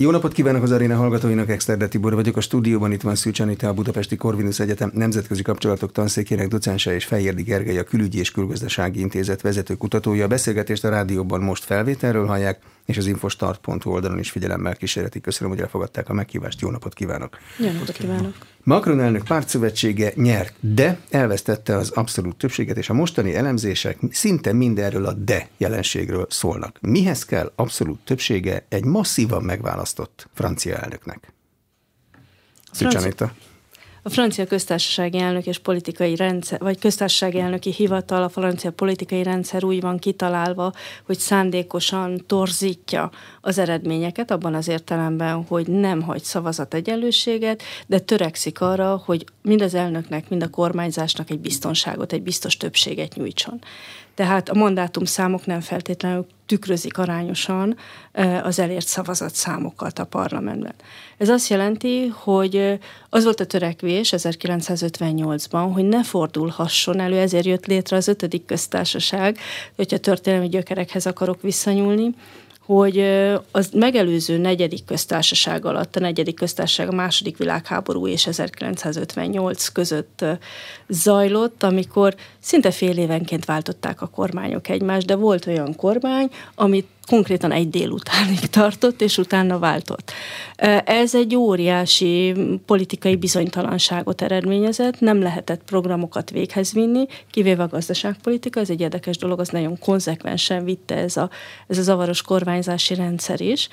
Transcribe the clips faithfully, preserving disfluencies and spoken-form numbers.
Jó napot kívánok az aréna hallgatóinak, Exterde Tibor vagyok. A stúdióban itt van Szűcs Anita, a Budapesti Corvinus Egyetem nemzetközi kapcsolatok tanszékének docense, és Fejérdi Gergely, a Külügyi és Külgazdasági Intézet vezető kutatója. A beszélgetést a rádióban most felvételről hallják, és az infostart pont hu oldalon is figyelemmel kísérletik. Köszönöm, hogy elfogadták a meghívást. Jó napot kívánok! Jó napot kívánok! Macron elnök pártszövetsége nyert, de elvesztette az abszolút többséget, és a mostani elemzések szinte mindenről a de jelenségről szólnak. Mihez kell abszolút többsége egy masszívan megválasztott francia elnöknek? Szűcs Anita. A francia köztársasági elnök és politikai rendszer, vagy köztársasági elnöki hivatal, a francia politikai rendszer úgy van kitalálva, hogy szándékosan torzítja az eredményeket, abban az értelemben, hogy nem hagy szavazategyenlőséget, de törekszik arra, hogy mind az elnöknek, mind a kormányzásnak egy biztonságot, egy biztos többséget nyújtson. Tehát a mandátumszámok nem feltétlenül tükrözik arányosan az elért szavazatszámokat a parlamentben. Ez azt jelenti, hogy az volt a törekvés ezerkilencszázötvennyolcban, hogy ne fordulhasson elő, ezért jött létre az ötödik köztársaság, hogyha történelmi gyökerekhez akarok visszanyúlni, hogy az megelőző negyedik köztársaság alatt, a negyedik köztársaság a második világháború és ezerkilencszázötvennyolc között zajlott, amikor szinte fél évenként váltották a kormányok egymást, de volt olyan kormány, amit konkrétan egy délutánig tartott, és utána váltott. Ez egy óriási politikai bizonytalanságot eredményezett, nem lehetett programokat véghez vinni, kivéve a gazdaságpolitika, ez egy érdekes dolog, az nagyon konzekvensen vitte ez a, ez a zavaros kormányzási rendszer is.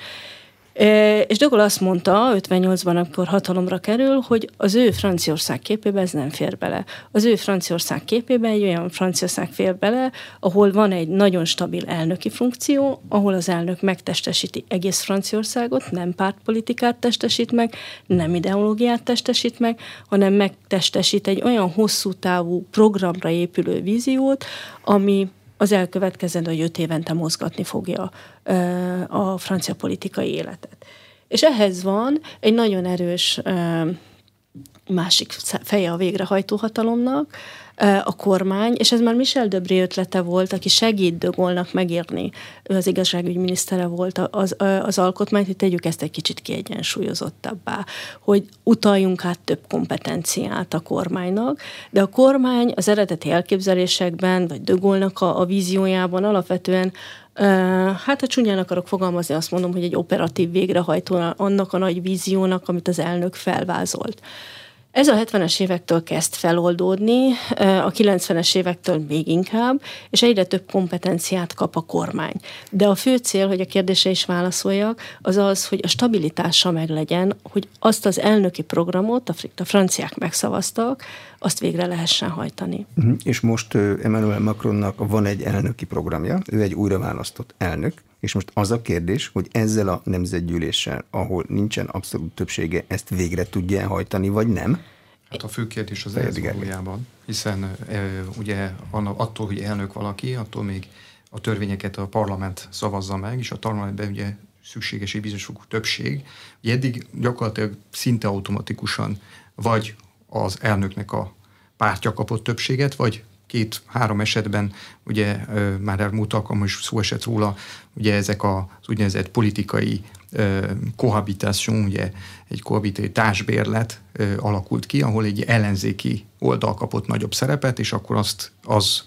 És de Gaulle azt mondta ötvennyolcban, amikor hatalomra kerül, hogy az ő Franciaország képébe ez nem fér bele. Az ő Franciaország képébe egy olyan Franciaország fér bele, ahol van egy nagyon stabil elnöki funkció, ahol az elnök megtestesíti egész Franciaországot, nem pártpolitikát testesít meg, nem ideológiát testesít meg, hanem megtestesít egy olyan hosszú távú programra épülő víziót, ami az elkövetkezendő öt évente mozgatni fogja a francia politikai életet. És ehhez van egy nagyon erős másik feje a végrehajtó hatalomnak, a kormány, és ez már Michel Debré ötlete volt, aki segít de Gaulle-nak megírni, ő az igazságügyminisztere volt az, az alkotmányt, hogy tegyük ezt egy kicsit kiegyensúlyozottabbá, hogy utaljunk át több kompetenciát a kormánynak, de a kormány az eredeti elképzelésekben, vagy de Gaulle-nak a, a víziójában alapvetően Uh, hát ha csúnyán akarok fogalmazni, azt mondom, hogy egy operatív végrehajtó annak a nagy víziónak, amit az elnök felvázolt. Ez a hetvenes évektől kezd feloldódni, a kilencvenes évektől még inkább, és egyre több kompetenciát kap a kormány. De a fő cél, hogy a kérdésre is válaszoljak, az az, hogy a stabilitása meglegyen, hogy azt az elnöki programot, a franciák megszavaztak, azt végre lehessen hajtani. Uh-huh. És most uh, Emmanuel Macronnak van egy elnöki programja, ő egy újra választott elnök, és most az a kérdés, hogy ezzel a nemzetgyűléssel, ahol nincsen abszolút többsége, ezt végre tudja hajtani, vagy nem? Hát a fő kérdés az ez valójában, hiszen e, ugye attól, hogy elnök valaki, attól még a törvényeket a parlament szavazza meg, és a parlamentben ugye szükséges egy bizonyos fokú többség. Ugye eddig gyakorlatilag szinte automatikusan vagy az elnöknek a pártja kapott többséget, vagy két-három esetben, ugye már elmúlt alkalommal is szó esett róla, ugye ezek az úgynevezett politikai kohabitáció, ugye egy kohabitáció társbérlet alakult ki, ahol egy ellenzéki oldal kapott nagyobb szerepet, és akkor azt az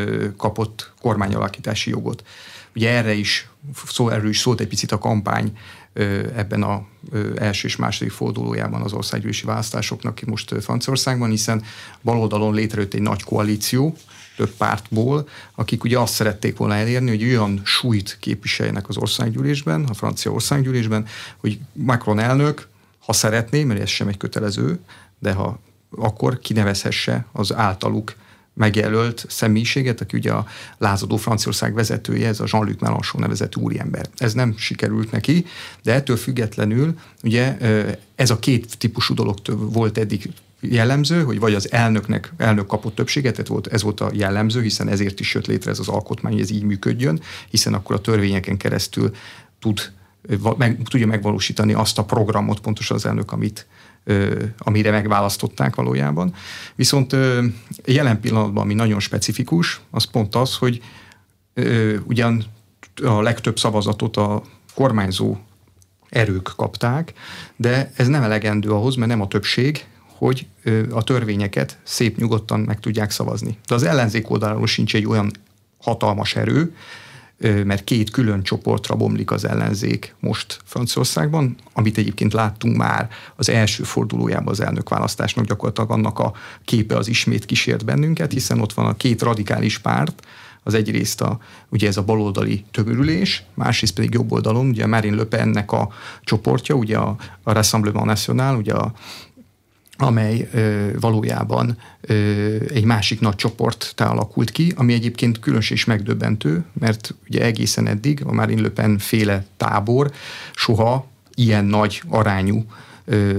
kapott kormányalakítási jogot. Ugye erre is, szó, erről is szólt egy picit a kampány ebben az első és második fordulójában az országgyűlési választásoknak most Franciaországban, hiszen baloldalon létrejött egy nagy koalíció, több pártból, akik ugye azt szerették volna elérni, hogy olyan súlyt képviseljenek az országgyűlésben, a francia országgyűlésben, hogy Macron elnök, ha szeretné, mert ez sem egy kötelező, de ha akkor kinevezhesse az általuk megjelölt személyiséget, aki ugye a lázadó Franciaország vezetője, ez a Jean-Luc Mélenchon nevezetű úriember. Ez nem sikerült neki, de ettől függetlenül ugye ez a két típusú dolog volt eddig jellemző, hogy vagy az elnöknek, elnök kapott többséget, tehát volt, ez volt a jellemző, hiszen ezért is jött létre ez az alkotmány, hogy ez így működjön, hiszen akkor a törvényeken keresztül tud, meg, tudja megvalósítani azt a programot, pontosan az elnök, amit amire megválasztották valójában. Viszont jelen pillanatban, ami nagyon specifikus, az pont az, hogy ugyan a legtöbb szavazatot a kormányzó erők kapták, de ez nem elegendő ahhoz, mert nem a többség, hogy a törvényeket szép nyugodtan meg tudják szavazni. De az ellenzék oldaláról sincs egy olyan hatalmas erő, mert két külön csoportra bomlik az ellenzék most Franciaországban, amit egyébként láttunk már az első fordulójában az elnökválasztásnak, gyakorlatilag annak a képe az ismét kísért bennünket, hiszen ott van a két radikális párt, az egyrészt a, ugye ez a baloldali tömörülés, másrészt pedig jobb oldalon, ugye Marine Le Pennek a csoportja, ugye a, a Rassemblement National, ugye a amely ö, valójában ö, egy másik nagy csoporttá alakult ki, ami egyébként különösen is megdöbbentő, mert ugye egészen eddig a Marine Le Pen féle tábor soha ilyen nagy arányú Ö,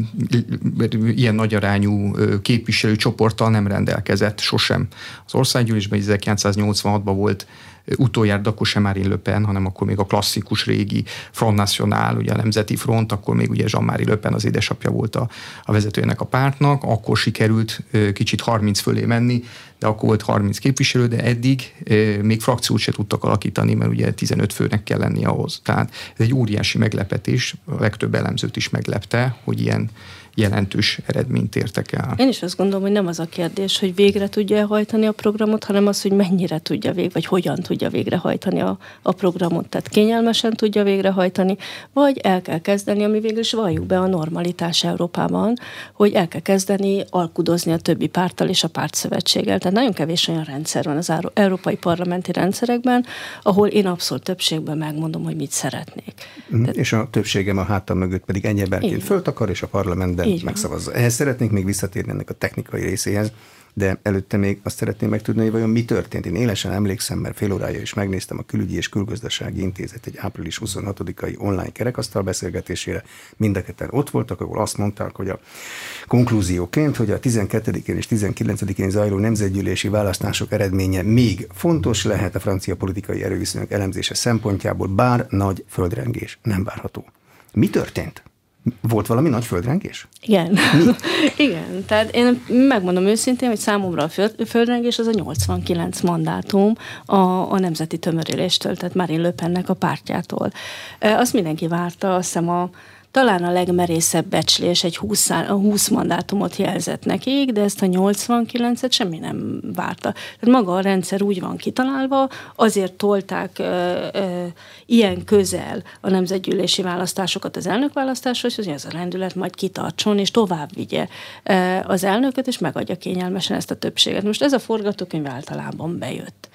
ilyen nagy arányú képviselőcsoporttal nem rendelkezett sosem. Az országgyűlésben ezerkilencszáznyolcvanhatban volt utoljára, de akkor sem Marine Le Pen, hanem akkor még a klasszikus régi Front National, ugye a Nemzeti Front, akkor még ugye Jean-Marie Le Pen az édesapja volt a, a vezetőjének a pártnak, akkor sikerült kicsit harminc fölé menni, de akkor volt harminc képviselő, de eddig még frakciót se tudtak alakítani, mert ugye tizenöt főnek kell lenni ahhoz. Tehát ez egy óriási meglepetés, a legtöbb elemzőt is meglepte, hogy ilyen jelentős eredményt értek el. Én is azt gondolom, hogy nem az a kérdés, hogy végre tudja hajtani a programot, hanem az, hogy mennyire tudja végre, vagy hogyan tudja végrehajtani a, a programot. Tehát kényelmesen tudja végrehajtani, vagy el kell kezdeni, ami végül is valljuk be a normalitás Európában, hogy el kell kezdeni alkudozni a többi párttal és a pártszövetséggel. Tehát nagyon kevés olyan rendszer van az európai parlamenti rendszerekben, ahol én abszolút többségben megmondom, hogy mit szeretnék. Mm, Tehát, és a többségem a hátam mögött pedig ennyi emberként fölt akar, és a parlamentben így megszavazza. Ehhez szeretnénk még visszatérni ennek a technikai részéhez, de előtte még azt szeretném megtudni, hogy vajon mi történt. Én élesen emlékszem, mert fél órája is megnéztem a Külügyi és Külgazdasági Intézet egy április huszonhatodikai online kerekasztal beszélgetésére. Mind a ketten ott voltak, ahol azt mondták, hogy a konklúzióként, hogy a tizenkettedikén és tizenkilencedikén zajló nemzetgyűlési választások eredménye még fontos lehet a francia politikai erőviszonyok elemzése szempontjából, bár nagy földrengés nem várható. Mi történt? Volt valami nagy földrengés? Igen. Igen. Tehát én megmondom őszintén, hogy számomra a földrengés az a nyolcvankilenc mandátum a, a nemzeti tömöréléstől, tehát Marine Le Pennek a pártjától. Azt mindenki várta, azt hiszem a talán a legmerészebb becslés egy húsz, húsz mandátumot jelzett nekik, de ezt a nyolcvankilencet semmi nem várta. Tehát maga a rendszer úgy van kitalálva, azért tolták ö, ö, ilyen közel a nemzetgyűlési választásokat az elnökválasztáshoz, hogy ez a rendület majd kitartson, és tovább vigye ö, az elnököt, és megadja kényelmesen ezt a többséget. Most ez a forgatókönyv általában bejött.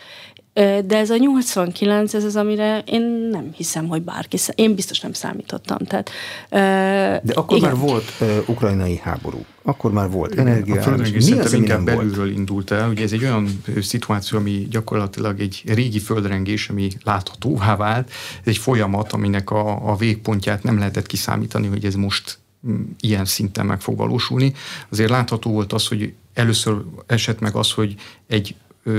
De ez a nyolcvankilenc, ez az, amire én nem hiszem, hogy bárki, én biztos nem számítottam. Tehát, de akkor igen. Már volt uh, ukrajnai háború, akkor már volt energia. A földrengés szerintem inkább belülről volt? Indult el. Ugye ez egy olyan szituáció, ami gyakorlatilag egy régi földrengés, ami láthatóvá vált. Ez egy folyamat, aminek a, a végpontját nem lehetett kiszámítani, hogy ez most ilyen szinten meg fog valósulni. Azért látható volt az, hogy először esett meg az, hogy egy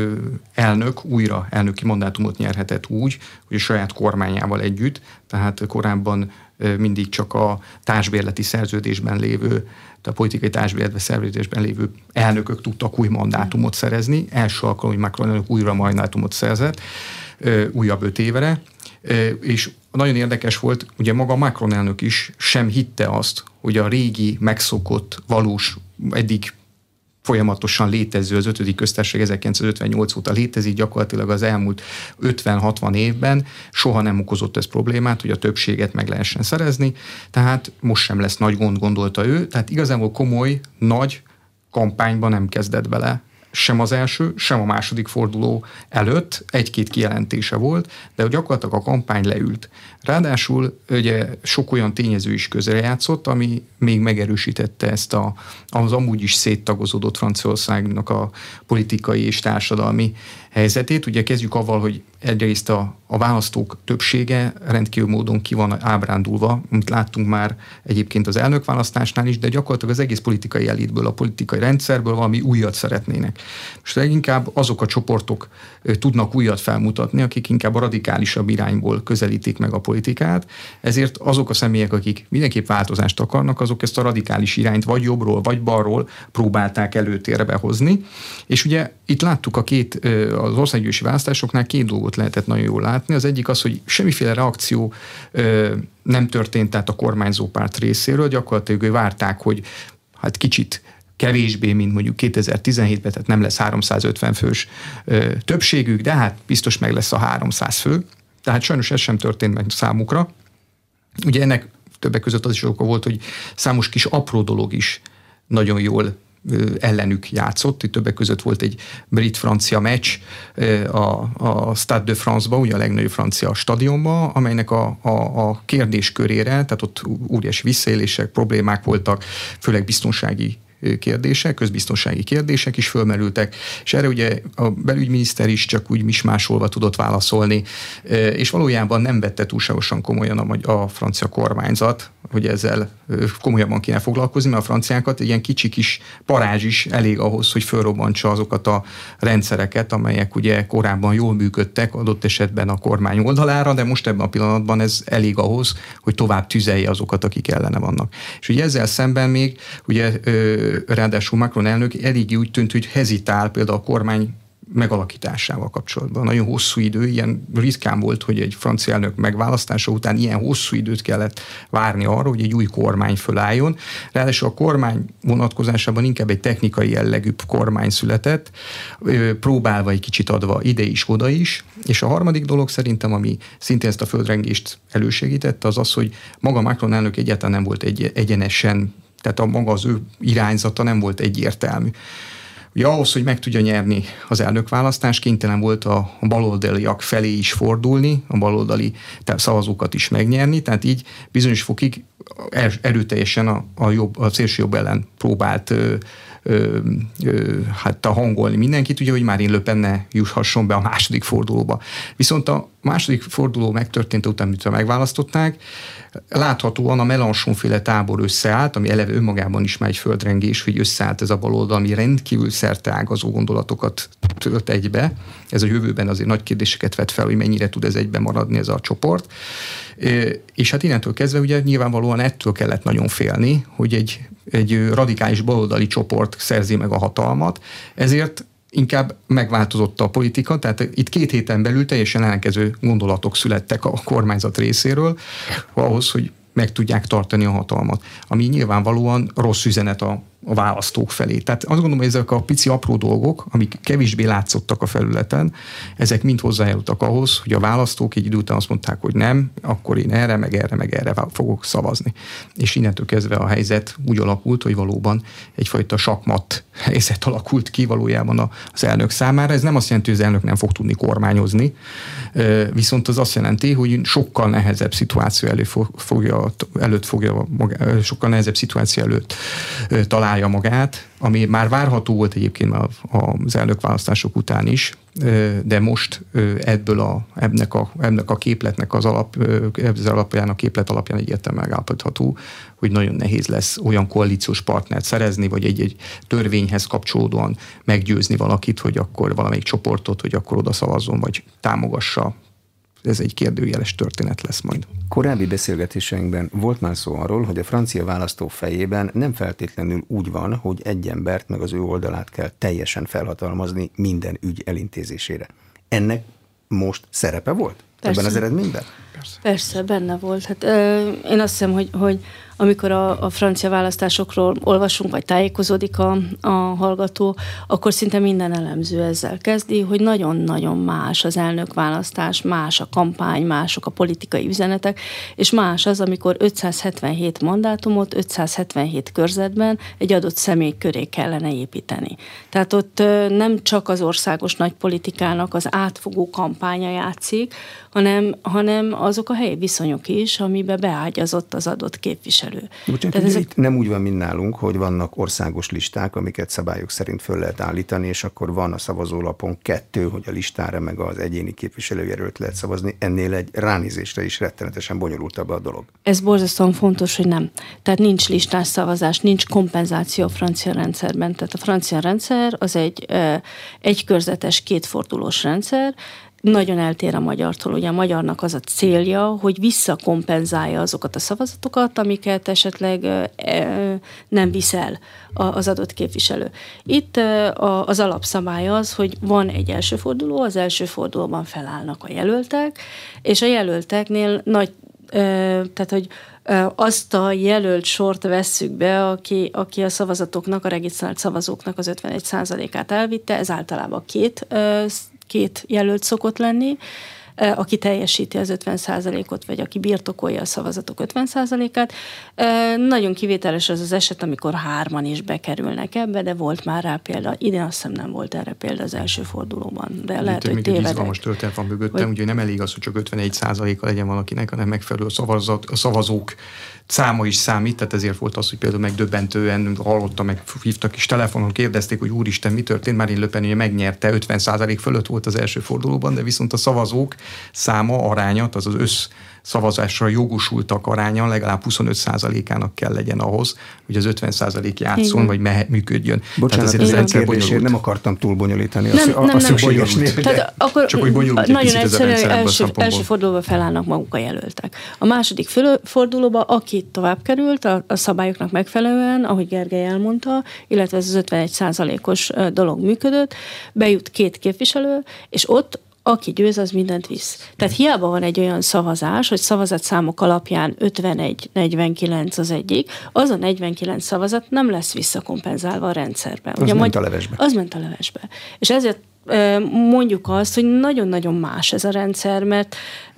elnök újra elnöki mandátumot nyerhetett úgy, hogy a saját kormányával együtt, tehát korábban mindig csak a társbérleti szerződésben lévő, a politikai társbérleti szerződésben lévő elnökök tudtak új mandátumot szerezni. Első alkalom, hogy Macron elnök újra mandátumot szerzett, újabb öt évre, és nagyon érdekes volt, ugye maga Macron elnök is sem hitte azt, hogy a régi, megszokott, valós, eddig folyamatosan létező, az ötödik köztársaság ezerkilencszázötvennyolc óta létezik, gyakorlatilag az elmúlt ötven-hatvan évben soha nem okozott ez problémát, hogy a többséget meg lehessen szerezni, tehát most sem lesz nagy gond, gondolta ő, tehát igazából komoly, nagy kampányban nem kezdett bele, sem az első, sem a második forduló előtt, egy-két kijelentése volt, de gyakorlatilag a kampány leült. Ráadásul ugye sok olyan tényező is közrejátszott, ami még megerősítette ezt a, az amúgy is széttagozódott Franciaországnak a politikai és társadalmi helyzetét. Ugye kezdjük avval, hogy egyrészt a, a választók többsége rendkívül módon ki van ábrándulva, amit láttunk már egyébként az elnökválasztásnál is, de gyakorlatilag az egész politikai elitből, a politikai rendszerből valami újat szeretnének. Most leginkább azok a csoportok tudnak újat felmutatni, akik inkább a radikálisabb irányból közelítik meg a politikát, ezért azok a személyek, akik mindenképp változást akarnak, azok ezt a radikális irányt vagy jobbról, vagy balról próbálták előtérbe hozni. És ugye itt láttuk a két az országgyűlési választásoknál két dolgot lehetett nagyon jól látni. Az egyik az, hogy semmiféle reakció nem történt, tehát a kormányzó párt részéről, gyakorlatilag várták, hogy hát kicsit kevésbé, mint mondjuk kétezer-tizenhétben, tehát nem lesz háromszázötven fős ö, többségük, de hát biztos meg lesz a háromszáz fő. Tehát sajnos ez sem történt meg számukra. Ugye ennek többek között az is oka volt, hogy számos kis apró dolog is nagyon jól ö, ellenük játszott. Itt többek között volt egy brit-francia meccs ö, a, a Stade de France-ba, ugye a legnagyobb francia stadionba, amelynek a, a, a kérdéskörére, tehát ott óriási visszaélések, problémák voltak, főleg biztonsági kérdések, közbiztonsági kérdések is fölmerültek, és erre ugye a belügyminiszter is csak úgy mismásolva tudott válaszolni, és valójában nem vette túlságosan komolyan a, a francia kormányzat, hogy ezzel komolyabban kéne foglalkozni, mert a franciákat egy ilyen kicsi kis parázs is elég ahhoz, hogy fölrobbantsa azokat a rendszereket, amelyek ugye korábban jól működtek, adott esetben a kormány oldalára, de most ebben a pillanatban ez elég ahhoz, hogy tovább tüzelje azokat, akik ellene vannak. És ugye ezzel szemben még ugye ráadásul Macron elnök eléggé úgy tűnt, hogy hezitál például a kormány megalakításával kapcsolatban. Nagyon hosszú idő, ilyen ritkán volt, hogy egy francia elnök megválasztása után ilyen hosszú időt kellett várni arra, hogy egy új kormány fölálljon. Ráadásul a kormány vonatkozásában inkább egy technikai jellegű kormány született, próbálva egy kicsit adva ide is, oda is. És a harmadik dolog szerintem, ami szintén ezt a földrengést elősegítette, az az, hogy maga Macron elnök egyáltalán nem volt egy, egyenesen, tehát a maga az ő irányzata nem volt egyértelmű. Ugye ahhoz, hogy meg tudja nyerni az elnökválasztást, kénytelen volt a baloldaliak felé is fordulni, a baloldali szavazókat is megnyerni, tehát így bizonyos fokig erőteljesen a, a, jobb, a szélső jobb ellen próbált ö, ö, ö, hát hangolni mindenkit, ugye, hogy már én Le Pen ne juthasson be a második fordulóba. Viszont a második forduló megtörtént után, mint megválasztották, láthatóan a Mélenchon-féle tábor összeállt, ami eleve önmagában is már egy földrengés, hogy összeállt ez a baloldal, ami rendkívül szerteágazó gondolatokat tölt egybe. Ez a jövőben azért nagy kérdéseket vet fel, hogy mennyire tud ez egybe maradni ez a csoport. És hát innentől kezdve ugye nyilvánvalóan ettől kellett nagyon félni, hogy egy, egy radikális baloldali csoport szerzi meg a hatalmat, ezért inkább megváltozott a politika, tehát itt két héten belül teljesen ellenkező gondolatok születtek a kormányzat részéről, ahhoz, hogy meg tudják tartani a hatalmat. Ami nyilvánvalóan rossz üzenet a, a választók felé. Tehát azt gondolom, hogy ezek a pici apró dolgok, amik kevésbé látszottak a felületen, ezek mind hozzájárultak ahhoz, hogy a választók egy idő után azt mondták, hogy nem, akkor én erre, meg erre, meg erre fogok szavazni. És innentől kezdve a helyzet úgy alakult, hogy valóban egyfajta sakmat helyzet alakult ki valójában az elnök számára. Ez nem azt jelenti, hogy az elnök nem fog tudni kormányozni, viszont az azt jelenti, hogy sokkal nehezebb szituáció elő fogja, előtt fogja, sokkal nehezebb szituáció előtt találja magát, ami már várható volt egyébként az elnökválasztások után is, de most ebből a, ennek, a, ennek a képletnek az alap, az alapján, a képlet alapján egyértelműen megállapítható, hogy nagyon nehéz lesz olyan koalíciós partnert szerezni, vagy egy-egy törvényhez kapcsolódóan meggyőzni valakit, hogy akkor valamelyik csoportot, hogy akkor oda szavazzon, vagy támogassa. Ez egy kérdőjeles történet lesz majd. Korábbi beszélgetéseinkben volt már szó arról, hogy a francia választó fejében nem feltétlenül úgy van, hogy egy embert meg az ő oldalát kell teljesen felhatalmazni minden ügy elintézésére. Ennek most szerepe volt? Persze. Ebben az eredményben? Persze. Persze, benne volt. Hát, ö, én azt hiszem, hogy, hogy amikor a, a francia választásokról olvasunk, vagy tájékozódik a, a hallgató, akkor szinte minden elemző ezzel kezdi, hogy nagyon-nagyon más az elnökválasztás, más a kampány, mások a politikai üzenetek, és más az, amikor ötszázhetvenhét mandátumot ötszázhetvenhét körzetben egy adott személy köré kellene építeni. Tehát ott nem csak az országos nagypolitikának az átfogó kampánya játszik, hanem, hanem azok a helyi viszonyok is, amiben beágyazott az adott képviselő. Bocsánat, ezek... itt nem úgy van, mint nálunk, hogy vannak országos listák, amiket szabályok szerint föl lehet állítani, és akkor van a szavazólapon kettő, hogy a listára meg az egyéni képviselőjelölt lehet szavazni. Ennél egy ránézésre is rettenetesen bonyolultabb a dolog. Ez borzasztóan fontos, hogy nem. Tehát nincs listás szavazás, nincs kompenzáció a francia rendszerben. Tehát a francia rendszer az egy egykörzetes, kétfordulós rendszer, nagyon eltér a magyartól. Ugye a magyarnak az a célja, hogy visszakompenzálja azokat a szavazatokat, amiket esetleg e, nem visel az adott képviselő. Itt az alapszabály az, hogy van egy első forduló, az első fordulóban felállnak a jelöltek, és a jelölteknél nagy, tehát hogy azt a jelölt sort vesszük be, aki, aki a szavazatoknak, a regisztrált szavazóknak az ötvenegy százalékát elvitte, ez általában két, két jelölt szokott lenni, aki teljesíti az ötven százalékot, vagy aki birtokolja a szavazatok ötven százalékát. Nagyon kivételes az az eset, amikor hárman is bekerülnek ebbe, de volt már rá példa. Idén azt hiszem nem volt erre példa az első fordulóban, de itt lehet, hogy tévedek. Egy izgalmas történet van mögöttem, ugye nem elég az, hogy csak ötvenegy százaléka legyen valakinek, hanem megfelelő szavazat, a szavazók száma is számít, tehát ezért volt az, hogy például megdöbbentően hallottam, meg hívtak is telefonon, kérdezték, hogy úristen, mi történt, Marine Le Pen ugye megnyerte, ötven százalék fölött volt az első fordulóban, de viszont a szavazók száma, arányat, az az össz szavazásra jogosultak aránya legalább huszonöt százalékának kell legyen ahhoz, hogy az ötven százalék játszon, vagy mehe, működjön. Bocsánat, tehát ez rendszer kérdésért nem akartam túl bonyolítani. Nem, a, nem, a nem bonyolult. Tehát akkor csak hogy bonyolult nagyon egyszerű, első, első fordulóba felállnak maguk a jelöltek. A második fordulóba, aki tovább került a, a szabályoknak megfelelően, ahogy Gergely elmondta, illetve ez az ötvenegy százalékos dolog működött, bejut két képviselő, és ott aki győz, az mindent visz. Tehát hiába van egy olyan szavazás, hogy szavazatszámok alapján ötvenegy negyvenkilenc az egyik, az a negyvenkilenc szavazat nem lesz visszakompenzálva a rendszerben. Az Ugye, ment a levesbe. Az ment a levesbe. És ezért mondjuk azt, hogy nagyon-nagyon más ez a rendszer, mert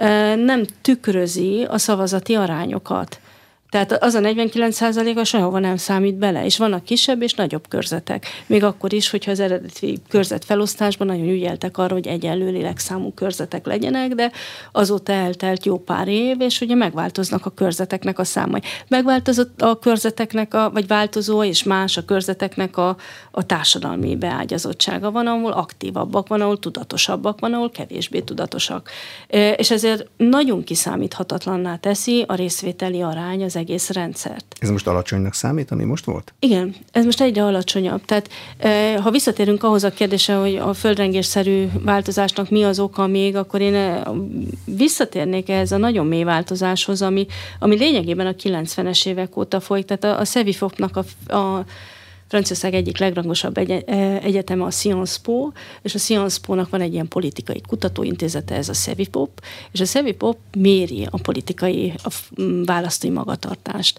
nem tükrözi a szavazati arányokat. Tehát az a negyvenkilenc százalék sehova nem számít bele, és vannak kisebb és nagyobb körzetek. Még akkor is, hogyha az eredeti körzetfelosztásban nagyon ügyeltek arra, hogy egyenlő lélekszámú körzetek legyenek, de azóta eltelt jó pár év, és ugye megváltoznak a körzeteknek a számai. Megváltozott a körzeteknek, a, vagy változó és más a körzeteknek a, a társadalmi beágyazottsága. Van, ahol aktívabbak, van, ahol tudatosabbak, van, ahol kevésbé tudatosak. És ezért nagyon kiszámíthatatlanná teszi a részvételi arány az egész rendszert. Ez most alacsonynak számít, ami most volt? Igen, ez most egyre alacsonyabb. Tehát ha visszatérünk ahhoz a kérdésre, hogy a földrengésszerű változásnak mi az oka még, akkor én visszatérnék ehhez a nagyon mély változáshoz, ami, ami lényegében a kilencvenes évek óta folyik. Tehát a, a Cevifopnak a, a Franciaország egyik legrangosabb egy, egyeteme a Sciences Po, és a Sciences Po-nak van egy ilyen politikai kutatóintézete, ez a Cevipop, és a Cevipop méri a politikai a választói magatartást.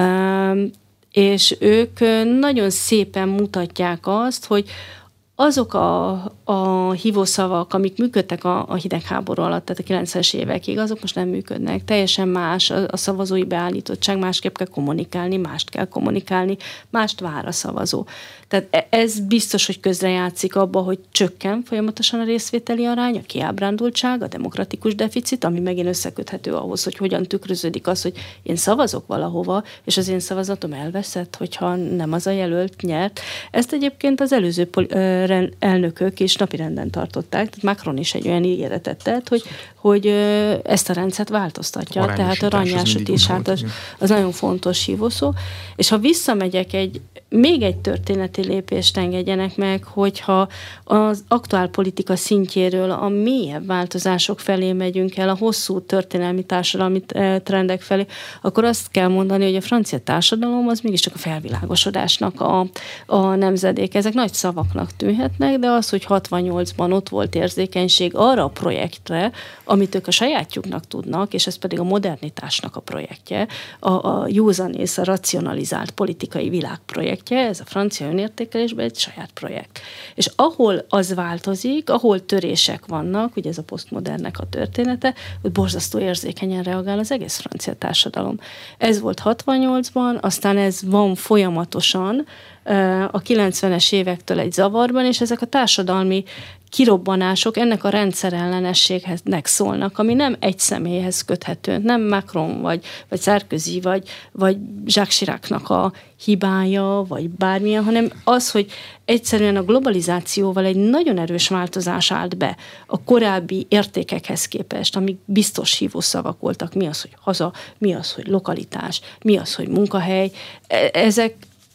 És ők nagyon szépen mutatják azt, hogy azok a, a hívószavak, amik működtek a, a hidegháború alatt, tehát a kilencvenes évekig, azok most nem működnek. Teljesen más a, a szavazói beállítottság, másképp kell kommunikálni, mást kell kommunikálni, mást vár a szavazó. Tehát ez biztos, hogy közrejátszik abba, hogy csökken folyamatosan a részvételi arány, a kiábrándultság, a demokratikus deficit, ami megint összeköthető ahhoz, hogy hogyan tükröződik az, hogy én szavazok valahova, és az én szavazatom elveszett, hogyha nem az a jelölt nyert. Ezt egyébként az előző pol- elnökök is napirenden tartották, tehát Macron is egy olyan ígéretet tett, hogy, hogy ezt a rendszert változtatja, a tehát a rangnyásítás, hát az, az nagyon fontos hívószó. És ha visszamegyek egy, még egy történeti lépést engedjenek meg, hogyha az aktuál politika szintjéről a mélyebb változások felé megyünk el, a hosszú történelmi társadalmi trendek felé, akkor azt kell mondani, hogy a francia társadalom az mégiscsak a felvilágosodásnak a, a nemzedék. Ezek nagy szavaknak tűnhetnek, de az, hogy hatvannyolcban ott volt érzékenység arra a projektre, amit ők a sajátjuknak tudnak, és ez pedig a modernitásnak a projektje, a, a józanész, a racionalizált politikai világ projektje, ez a francia önértékelésben egy saját projekt. És ahol az változik, ahol törések vannak, ugye ez a posztmodernnek a története, hogy borzasztó érzékenyen reagál az egész francia társadalom. Ez volt hatvannyolcban, aztán ez van folyamatosan a kilencvenes évektől egy zavarban, és ezek a társadalmi kirobbanások ennek a rendszerellenességnek szólnak, ami nem egy személyhez köthető, nem Macron, vagy, vagy Sarkozy, vagy, vagy Jacques Chiracnak a hibája, vagy bármilyen, hanem az, hogy egyszerűen a globalizációval egy nagyon erős változás állt be a korábbi értékekhez képest, amik biztos hívószavak voltak, mi az, hogy haza, mi az, hogy lokalitás, mi az, hogy munkahely. Ezek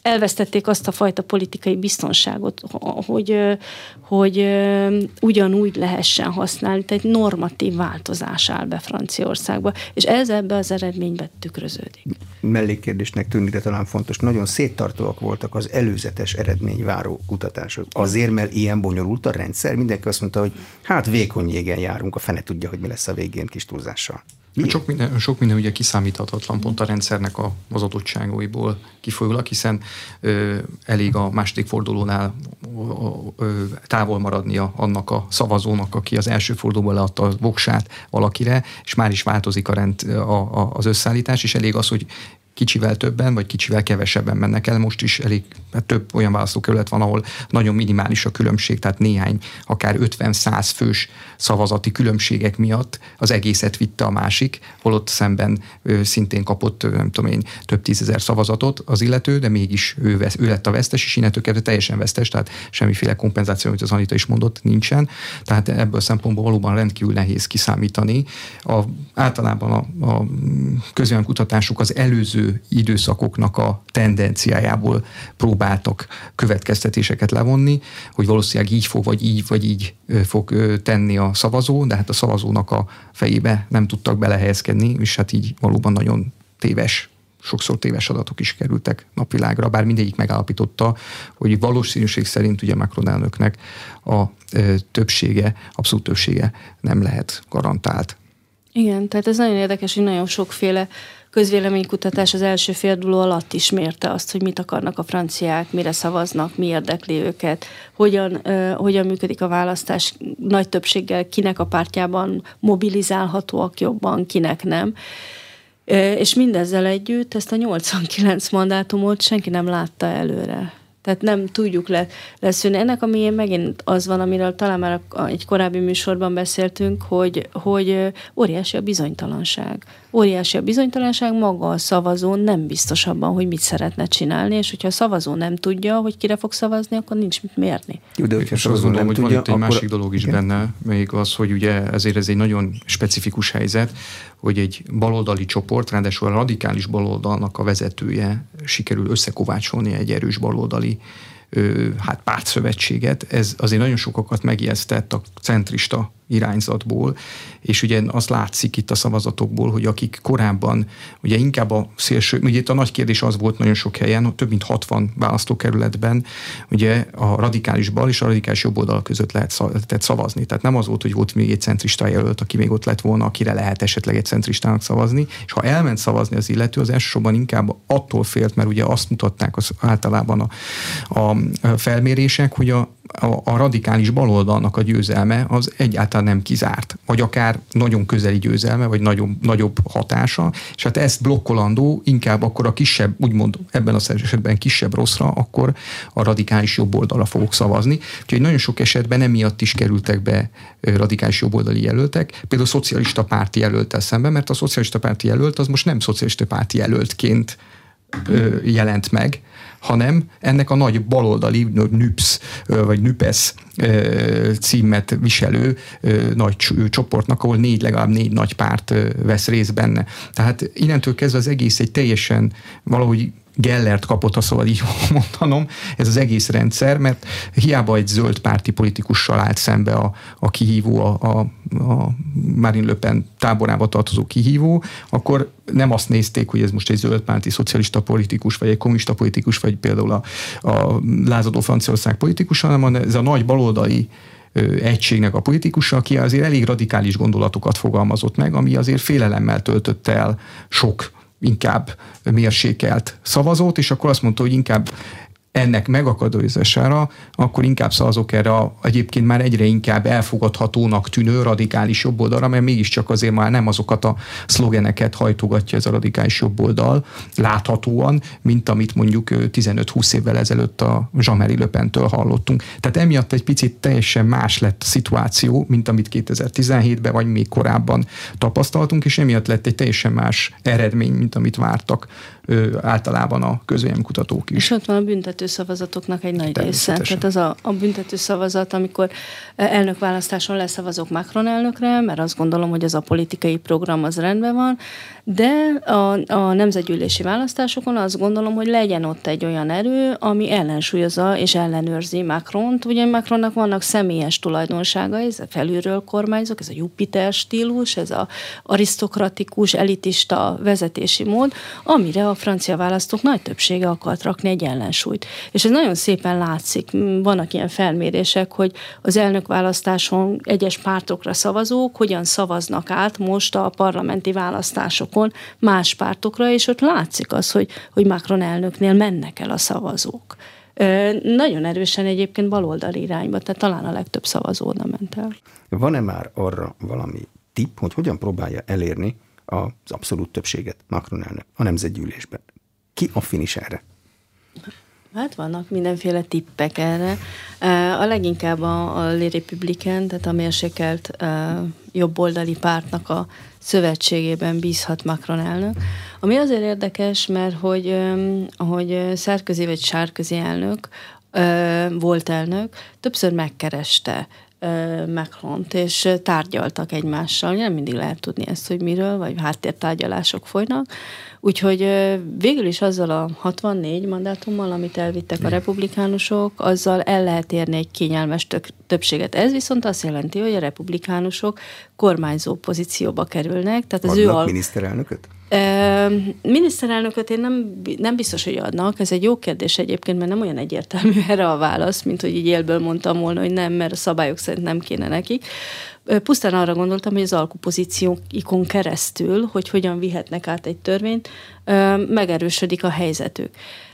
elvesztették azt a fajta politikai biztonságot, hogy, hogy ugyanúgy lehessen használni, tehát egy normatív változás áll be Franciaországba, és ez ebbe az eredménybe tükröződik. Mellékkérdésnek tűnik, de talán fontos, nagyon széttartóak voltak az előzetes eredményváró kutatások. Azért, mert ilyen bonyolult a rendszer, mindenki azt mondta, hogy hát vékony jégen járunk, a fene tudja, hogy mi lesz a végén kis túlzással. Sok minden, sok minden ugye kiszámíthatatlan pont a rendszernek a, az adottságaiból kifolyólag, hiszen ö, elég a második fordulónál ö, ö, távol maradnia annak a szavazónak, aki az első fordulóban leadta a voksát valakire, és már is változik a rend, a, a, az összeállítás, és elég az, hogy kicsivel többen, vagy kicsivel kevesebben mennek el. Most is elég hát több olyan választókerület van, ahol nagyon minimális a különbség, tehát néhány, akár ötven-száz fős szavazati különbségek miatt az egészet vitte a másik, holott szemben ő szintén kapott, nem tudom én, több tízezer szavazatot az illető, de mégis ő, vesz, ő lett a vesztes, és innentől kezdve teljesen vesztes, tehát semmiféle kompenzáció, amit az Anita is mondott, nincsen. Tehát ebből a szempontból valóban rendkívül nehéz kiszámítani. A, általában a, a közvéleménykutatások az előző időszakoknak a tendenciájából próbáltak következtetéseket levonni, hogy valószínűleg így fog, vagy így, vagy így fog tenni a szavazó, de hát a szavazónak a fejébe nem tudtak belehelyezkedni, és hát így valóban nagyon téves, sokszor téves adatok is kerültek napvilágra, bár mindegyik megállapította, hogy valószínűség szerint ugye Macron elnöknek a többsége, abszolút többsége nem lehet garantált. Igen, tehát ez nagyon érdekes, hogy nagyon sokféle közvéleménykutatás az első forduló alatt is mérte azt, hogy mit akarnak a franciák, mire szavaznak, mi érdekli őket, hogyan, uh, hogyan működik a választás, nagy többséggel kinek a pártjában mobilizálhatóak jobban, kinek nem. Uh, és mindezzel együtt ezt a nyolcvankilenc mandátumot senki nem látta előre. Tehát nem tudjuk le, leszűrni. Ennek, ami megint az van, amiről talán már egy korábbi műsorban beszéltünk, hogy, hogy óriási a bizonytalanság. Óriási a bizonytalanság, maga a szavazó nem biztos abban, hogy mit szeretne csinálni, és hogyha a szavazó nem tudja, hogy kire fog szavazni, akkor nincs mit mérni. Jó, de hogyha azt gondolom, hogy tudja, van itt egy akkor... másik dolog is igen. benne, még az, hogy ugye ezért ez egy nagyon specifikus helyzet, hogy egy baloldali csoport, ráadásul a radikális baloldalnak a vezetője sikerül összekovácsolni egy erős baloldali ö, hát pártszövetséget. Ez azért nagyon sokakat megijesztett a centrista irányzatból, és ugye azt látszik itt a szavazatokból, hogy akik korábban ugye inkább a szélső, ugye itt a nagy kérdés az volt nagyon sok helyen, több mint hatvan választókerületben ugye a radikális bal és a radikális jobb oldal között lehetett szavazni. Tehát nem az volt, hogy volt még egy centrista jelölt, aki még ott lett volna, akire lehet esetleg egy centristának szavazni, és ha elment szavazni az illető, az elsősorban inkább attól félt, mert ugye azt mutatták az általában a, a felmérések, hogy a A, a radikális baloldalnak a győzelme az egyáltalán nem kizárt, vagy akár nagyon közeli győzelme, vagy nagyon, nagyobb hatása, és hát ezt blokkolandó inkább akkor a kisebb, úgymond ebben az esetben kisebb rosszra, akkor a radikális jobb oldalra fogok szavazni. Úgyhogy nagyon sok esetben emiatt is kerültek be radikális jobboldali jelöltek, például a szocialista párti jelölttel szemben, mert a szocialista párti jelölt az most nem szocialista párti jelöltként jelent meg, hanem ennek a nagy baloldali nüpsz, vagy nüpesz címet viselő nagy csoportnak, ahol négy, legalább négy nagy párt vesz részt benne. Tehát innentől kezdve az egész egy teljesen valahogy Gellert kapott, ha szóval így mondanom, ez az egész rendszer, mert hiába egy zöld párti politikussal állt szembe a, a kihívó, a, a, a Marine Le Pen táborába tartozó kihívó, akkor nem azt nézték, hogy ez most egy zöld párti szocialista politikus, vagy egy kommunista politikus, vagy például a, a lázadó Franciaország politikus, hanem ez a nagy baloldali egységnek a politikusa, aki azért elég radikális gondolatokat fogalmazott meg, ami azért félelemmel töltötte el sok inkább mérsékelt szavazót, és akkor azt mondta, hogy inkább ennek megakadályozására, akkor inkább szavazok erre a, egyébként már egyre inkább elfogadhatónak tűnő radikális jobboldalra, mert mégiscsak azért már nem azokat a szlogeneket hajtogatja ez a radikális jobboldal láthatóan, mint amit mondjuk tizenöt-húsz évvel ezelőtt a Jean-Marie Le Pentől hallottunk. Tehát emiatt egy picit teljesen más lett a szituáció, mint amit kétezer-tizenhétben vagy még korábban tapasztaltunk, és emiatt lett egy teljesen más eredmény, mint amit vártak ö, általában a közvéleménykutatók is. És ott van a büntető szavazatoknak egy nagy része. Tehát az a, a büntető szavazat, amikor elnökválasztáson leszavazok Macron elnökre, mert azt gondolom, hogy az a politikai program az rendben van, de a, a nemzetgyűlési választásokon azt gondolom, hogy legyen ott egy olyan erő, ami ellensúlyozza és ellenőrzi Macront. Ugye Macronnak vannak személyes tulajdonságai, ez a felülről kormányzók, ez a Jupiter stílus, ez az arisztokratikus, elitista vezetési mód, amire a francia választók nagy többsége akart rakni egy ellensúlyt. És ez nagyon szépen látszik. Vannak ilyen felmérések, hogy az elnökválasztáson egyes pártokra szavazók hogyan szavaznak át most a parlamenti választásokon más pártokra, és ott látszik az, hogy, hogy Macron elnöknél mennek el a szavazók. Nagyon erősen egyébként baloldali irányba, tehát talán a legtöbb szavazó oda ment el. Van-e már arra valami tipp, hogy hogyan próbálja elérni az abszolút többséget Macron elnök a nemzetgyűlésben? Ki affinis erre? Hát vannak mindenféle tippek erre. A leginkább a, a Les Républicains, tehát a mérsékelt jobboldali pártnak a szövetségében bízhat Macron elnök. Ami azért érdekes, mert hogy, ahogy Sarkozy vagy Sarkozy elnök, volt elnök, többször megkereste Macront, és tárgyaltak egymással. Nem mindig lehet tudni ezt, hogy miről, vagy háttértárgyalások folynak. Úgyhogy végül is azzal a hatvannégy mandátummal, amit elvittek a republikánusok, azzal el lehet érni egy kényelmes többséget. Ez viszont azt jelenti, hogy a republikánusok kormányzó pozícióba kerülnek. Tehát az adnak ő al- miniszterelnököt? E, miniszterelnököt én nem, nem biztos, hogy adnak. Ez egy jó kérdés egyébként, mert nem olyan egyértelmű erre a válasz, mint hogy így élből mondtam volna, hogy nem, mert a szabályok szerint nem kéne nekik. Pusztán arra gondoltam, hogy az alkupozícióikon keresztül, hogy hogyan vihetnek át egy törvényt, megerősödik a helyzetük.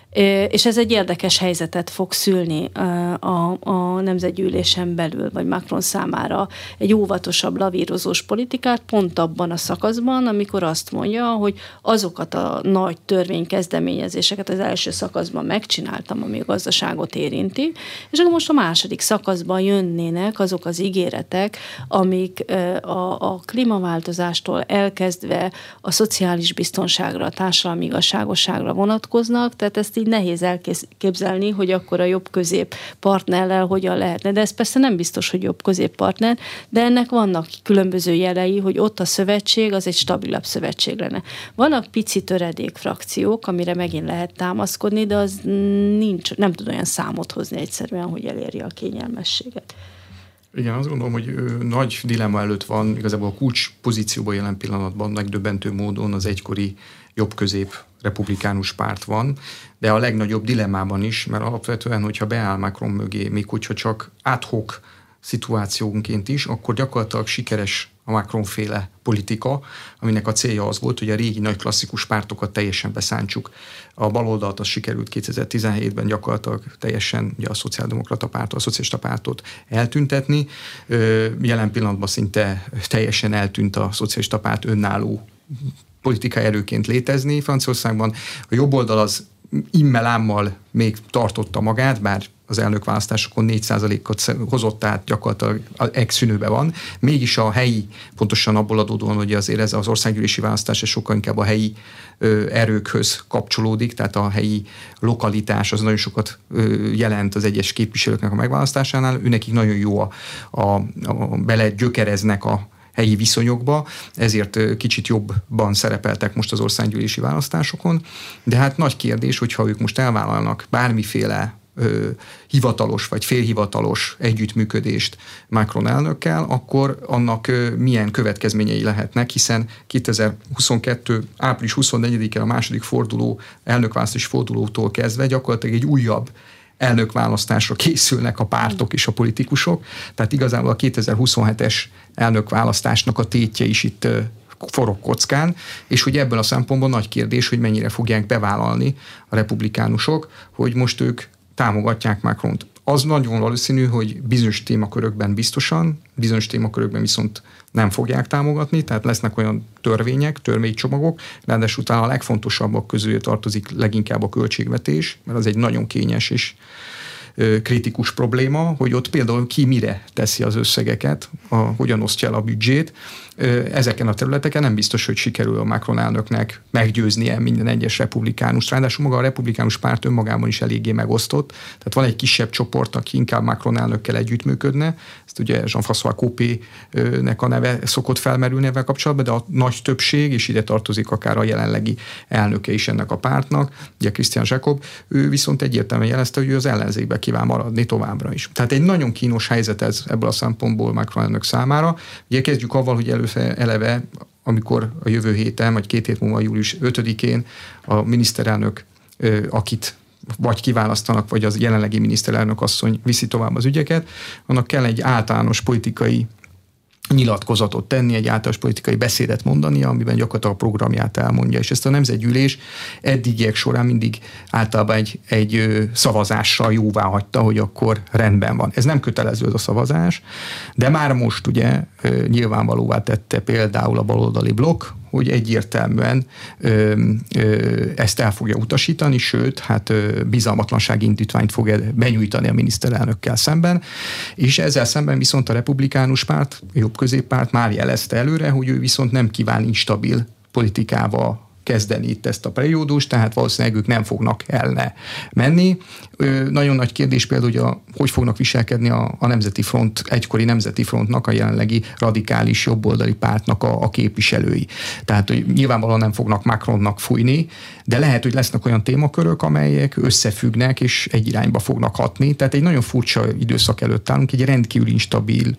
És ez egy érdekes helyzetet fog szülni a, a nemzetgyűlésen belül, vagy Macron számára egy óvatosabb, lavírozós politikát pont abban a szakaszban, amikor azt mondja, hogy azokat a nagy törvénykezdeményezéseket az első szakaszban megcsináltam, ami a gazdaságot érinti, és akkor most a második szakaszban jönnének azok az ígéretek, amik a, a klímaváltozástól elkezdve a szociális biztonságra, a társadalmi igazságosságra vonatkoznak, tehát ezt így nehéz elképzelni, hogy akkor a jobb-közép partnerrel hogyan lehetne. De ez persze nem biztos, hogy jobb-közép partner, de ennek vannak különböző jelei, hogy ott a szövetség az egy stabilabb szövetség lenne. Vannak pici töredék frakciók, amire megint lehet támaszkodni, de az nincs, nem tud olyan számot hozni egyszerűen, hogy eléri a kényelmességet. Igen, azt gondolom, hogy ő, nagy dilemma előtt van, igazából a kulcs pozícióban jelen pillanatban megdöbbentő módon az egykori jobb-közép republikánus párt van, de a legnagyobb dilemmában is, mert alapvetően, hogyha beáll Macron mögé, még hogyha csak ad hoc szituációnként is, akkor gyakorlatilag sikeres a Macron-féle politika, aminek a célja az volt, hogy a régi nagy klasszikus pártokat teljesen beszántsuk. A baloldalt az sikerült kétezer-tizenhétben gyakorlatilag teljesen ugye a szociáldemokrata pártot, a szocialista pártot eltüntetni. Jelen pillanatban szinte teljesen eltűnt a szocialista párt önálló politikai erőként létezni Franciaországban. A jobb oldal az immelámmal még tartotta magát, bár az elnökválasztásokon négy százalékot hozott, tehát gyakorlatilag ex-szünőben van. Mégis a helyi, pontosan abból adódóan, hogy azért ez az országgyűlési választás és sokkal inkább a helyi ö, erőkhöz kapcsolódik, tehát a helyi lokalitás az nagyon sokat ö, jelent az egyes képviselőknek a megválasztásánál. Őnekik nagyon jó a, a, a bele gyökereznek a helyi viszonyokba, ezért kicsit jobban szerepeltek most az országgyűlési választásokon, de hát nagy kérdés, hogyha ők most elvállalnak bármiféle ö, hivatalos vagy félhivatalos együttműködést Macron elnökkel, akkor annak ö, milyen következményei lehetnek, hiszen kétezer-huszonkettő. április huszonnegyedikén a második forduló, elnökválasztási fordulótól kezdve gyakorlatilag egy újabb elnökválasztásra készülnek a pártok és a politikusok, tehát igazából a kétezer-huszonhetes elnökválasztásnak a tétje is itt forog kockán, és hogy ebből a szempontból nagy kérdés, hogy mennyire fogják bevállalni a republikánusok, hogy most ők támogatják Macront. Az nagyon valószínű, hogy bizonyos témakörökben biztosan, bizonyos témakörökben viszont nem fogják támogatni, tehát lesznek olyan törvények, törvénycsomagok, ráadásul utána a legfontosabbak közül tartozik leginkább a költségvetés, mert az egy nagyon kényes és kritikus probléma, hogy ott például ki mire teszi az összegeket, a, hogyan osztja el a büdzsét. Ezeken a területeken nem biztos, hogy sikerül a Macron elnöknek meggyőznie minden egyes republikánust. Ráadásul maga a republikánus párt önmagában is eléggé megosztott. Tehát van egy kisebb csoport, aki inkább Macron elnökkel együttműködne. Ezt ugye Jean-François Copé-nek a neve szokott felmerülni ezzel kapcsolatban, de a nagy többség, és ide tartozik akár a jelenlegi elnöke is ennek a pártnak, ugye Christian Jacob, ő viszont egyértelműen jelezte, hogy ő az ellenzékbe kíván maradni továbbra is. Tehát egy nagyon kínos helyzet ez ebből a szempontból Macron elnök számára. Ugye kezdjük avval, hogy először eleve, amikor a jövő héten, vagy két hét múlva július ötödikén a miniszterelnök, akit vagy kiválasztanak, vagy az jelenlegi miniszterelnök asszony viszi tovább az ügyeket, annak kell egy általános politikai nyilatkozatot tenni, egy általános politikai beszédet mondani, amiben gyakorlatilag a programját elmondja. És ezt a nemzetgyűlés eddigiek során mindig általában egy, egy szavazással jóvá hagyta, hogy akkor rendben van. Ez nem kötelező ez a szavazás, de már most ugye nyilvánvalóvá tette például a baloldali blokk, hogy egyértelműen ö, ö, ezt el fogja utasítani, sőt, hát ö, bizalmatlansági indítványt fog benyújtani a miniszterelnökkel szemben, és ezzel szemben viszont a republikánus párt, a jobb középpárt már jelezte előre, hogy ő viszont nem kíván instabil politikával kezdeni itt ezt a periódust, tehát valószínűleg ők nem fognak elne menni. Ö, nagyon nagy kérdés például, hogy a, hogy fognak viselkedni a, a Nemzeti Front, egykori Nemzeti Frontnak, a jelenlegi radikális jobboldali pártnak a, a képviselői. Tehát hogy nyilvánvalóan nem fognak Macronnak fújni, de lehet, hogy lesznek olyan témakörök, amelyek összefüggnek és egy irányba fognak hatni. Tehát egy nagyon furcsa időszak előtt állunk, egy rendkívül instabil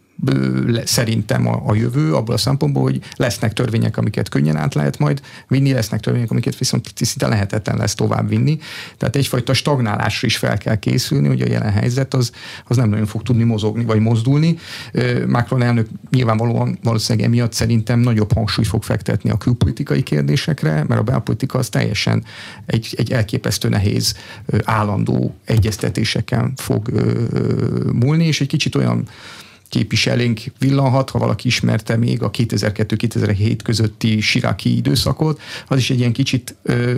szerintem a, a jövő, abból a szempontból, hogy lesznek törvények, amiket könnyen át lehet majd vinni, lesznek törvények, amiket viszont szinte lehetetlen lesz tovább vinni. Tehát egyfajta stagnálásra is fel kell készülni, hogy a jelen helyzet az, az nem nagyon fog tudni mozogni, vagy mozdulni. Macron elnök nyilvánvalóan valószínűleg emiatt szerintem nagyobb hangsúlyt fog fektetni a külpolitikai kérdésekre, mert a belpolitika az teljesen egy, egy elképesztő nehéz állandó egyeztetéseken fog múlni, és egy kicsit olyan kép is elénk villanhat, ha valaki ismerte még a kétezer-kettő kétezer-hét közötti Chiraci időszakot, az is egy ilyen kicsit ö,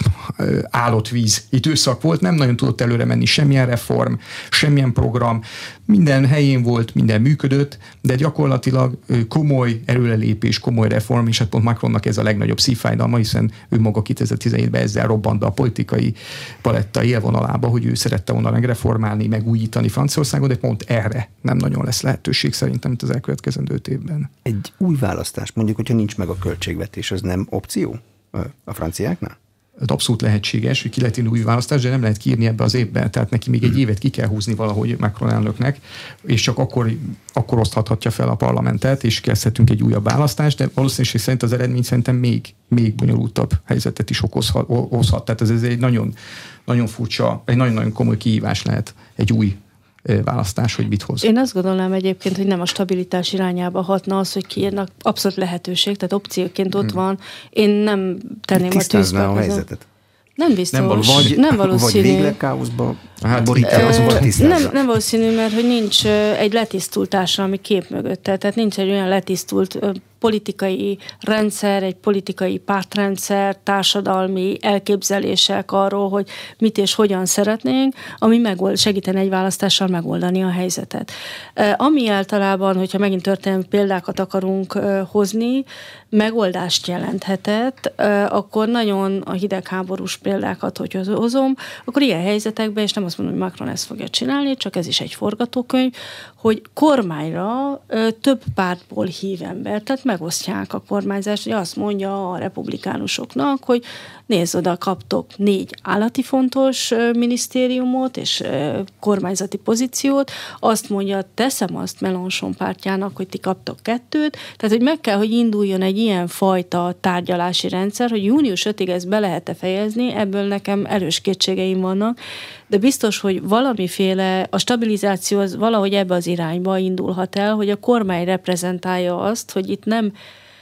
ö, állott víz időszak volt, nem nagyon tudott előre menni semmilyen reform, semmilyen program, minden helyén volt, minden működött, de gyakorlatilag komoly előrelépés, komoly reform, és hát pont Macronnak ez a legnagyobb szívfájdalma, hiszen ő maga kétezer-tizenhétben ezzel robbant be a politikai paletta élvonalába, hogy ő szerette volna megreformálni, megújítani Franciaországot, de pont erre nem nagyon lesz lehetőség szerintem az elkövetkezendő öt évben. Egy új választás, mondjuk, hogyha nincs meg a költségvetés, az nem opció a franciáknál? Abszolút lehetséges, hogy ki lehet írni új választás, de nem lehet kiírni ebbe az évben. Tehát neki még egy évet ki kell húzni valahogy Macron elnöknek, és csak akkor, akkor oszthatja fel a parlamentet, és kezdhetünk egy újabb választást, de valószínűség szerint az eredmény szerintem még, még bonyolultabb helyzetet is okozhat. okozhat. Tehát ez, ez egy nagyon, nagyon furcsa, egy nagyon-nagyon komoly kihívás lehet egy új választás, hogy mit hoz. Én azt gondolnám egyébként, hogy nem a stabilitás irányába hatna az, hogy kiírnak, abszolút lehetőség, tehát opcióként ott hmm. van. Én nem tenném a tűzbe. a helyzetet? Nem biztos. Nem, való, vagy, nem valószínű. Vagy végleg káoszba hát, borítják, nem, nem valószínű, mert hogy nincs egy letisztult társadalmi kép mögötte, tehát nincs egy olyan letisztult politikai rendszer, egy politikai pártrendszer, társadalmi elképzelések arról, hogy mit és hogyan szeretnénk, ami megold, segítene egy választással megoldani a helyzetet. Ami általában, hogyha megint történelmi példákat akarunk hozni, megoldást jelenthetett, akkor nagyon a hidegháborús példákat, hogy hozom, akkor ilyen helyzetekben, és nem azt mondom, hogy Macron ezt fogja csinálni, csak ez is egy forgatókönyv, hogy kormányra több pártból hív ember, tehát megosztják a kormányzást, hogy azt mondja a republikánusoknak, hogy nézd oda, kaptok négy állati fontos minisztériumot és kormányzati pozíciót, azt mondja, teszem azt Mélenchon pártjának, hogy ti kaptok kettőt, tehát hogy meg kell, hogy induljon egy ilyen fajta tárgyalási rendszer, hogy június ötödikéig ezt be lehet-e fejezni, ebből nekem erős kétségeim vannak, de biztos, hogy valamiféle, a stabilizáció az valahogy ebbe az irányba indulhat el, hogy a kormány reprezentálja azt, hogy itt nem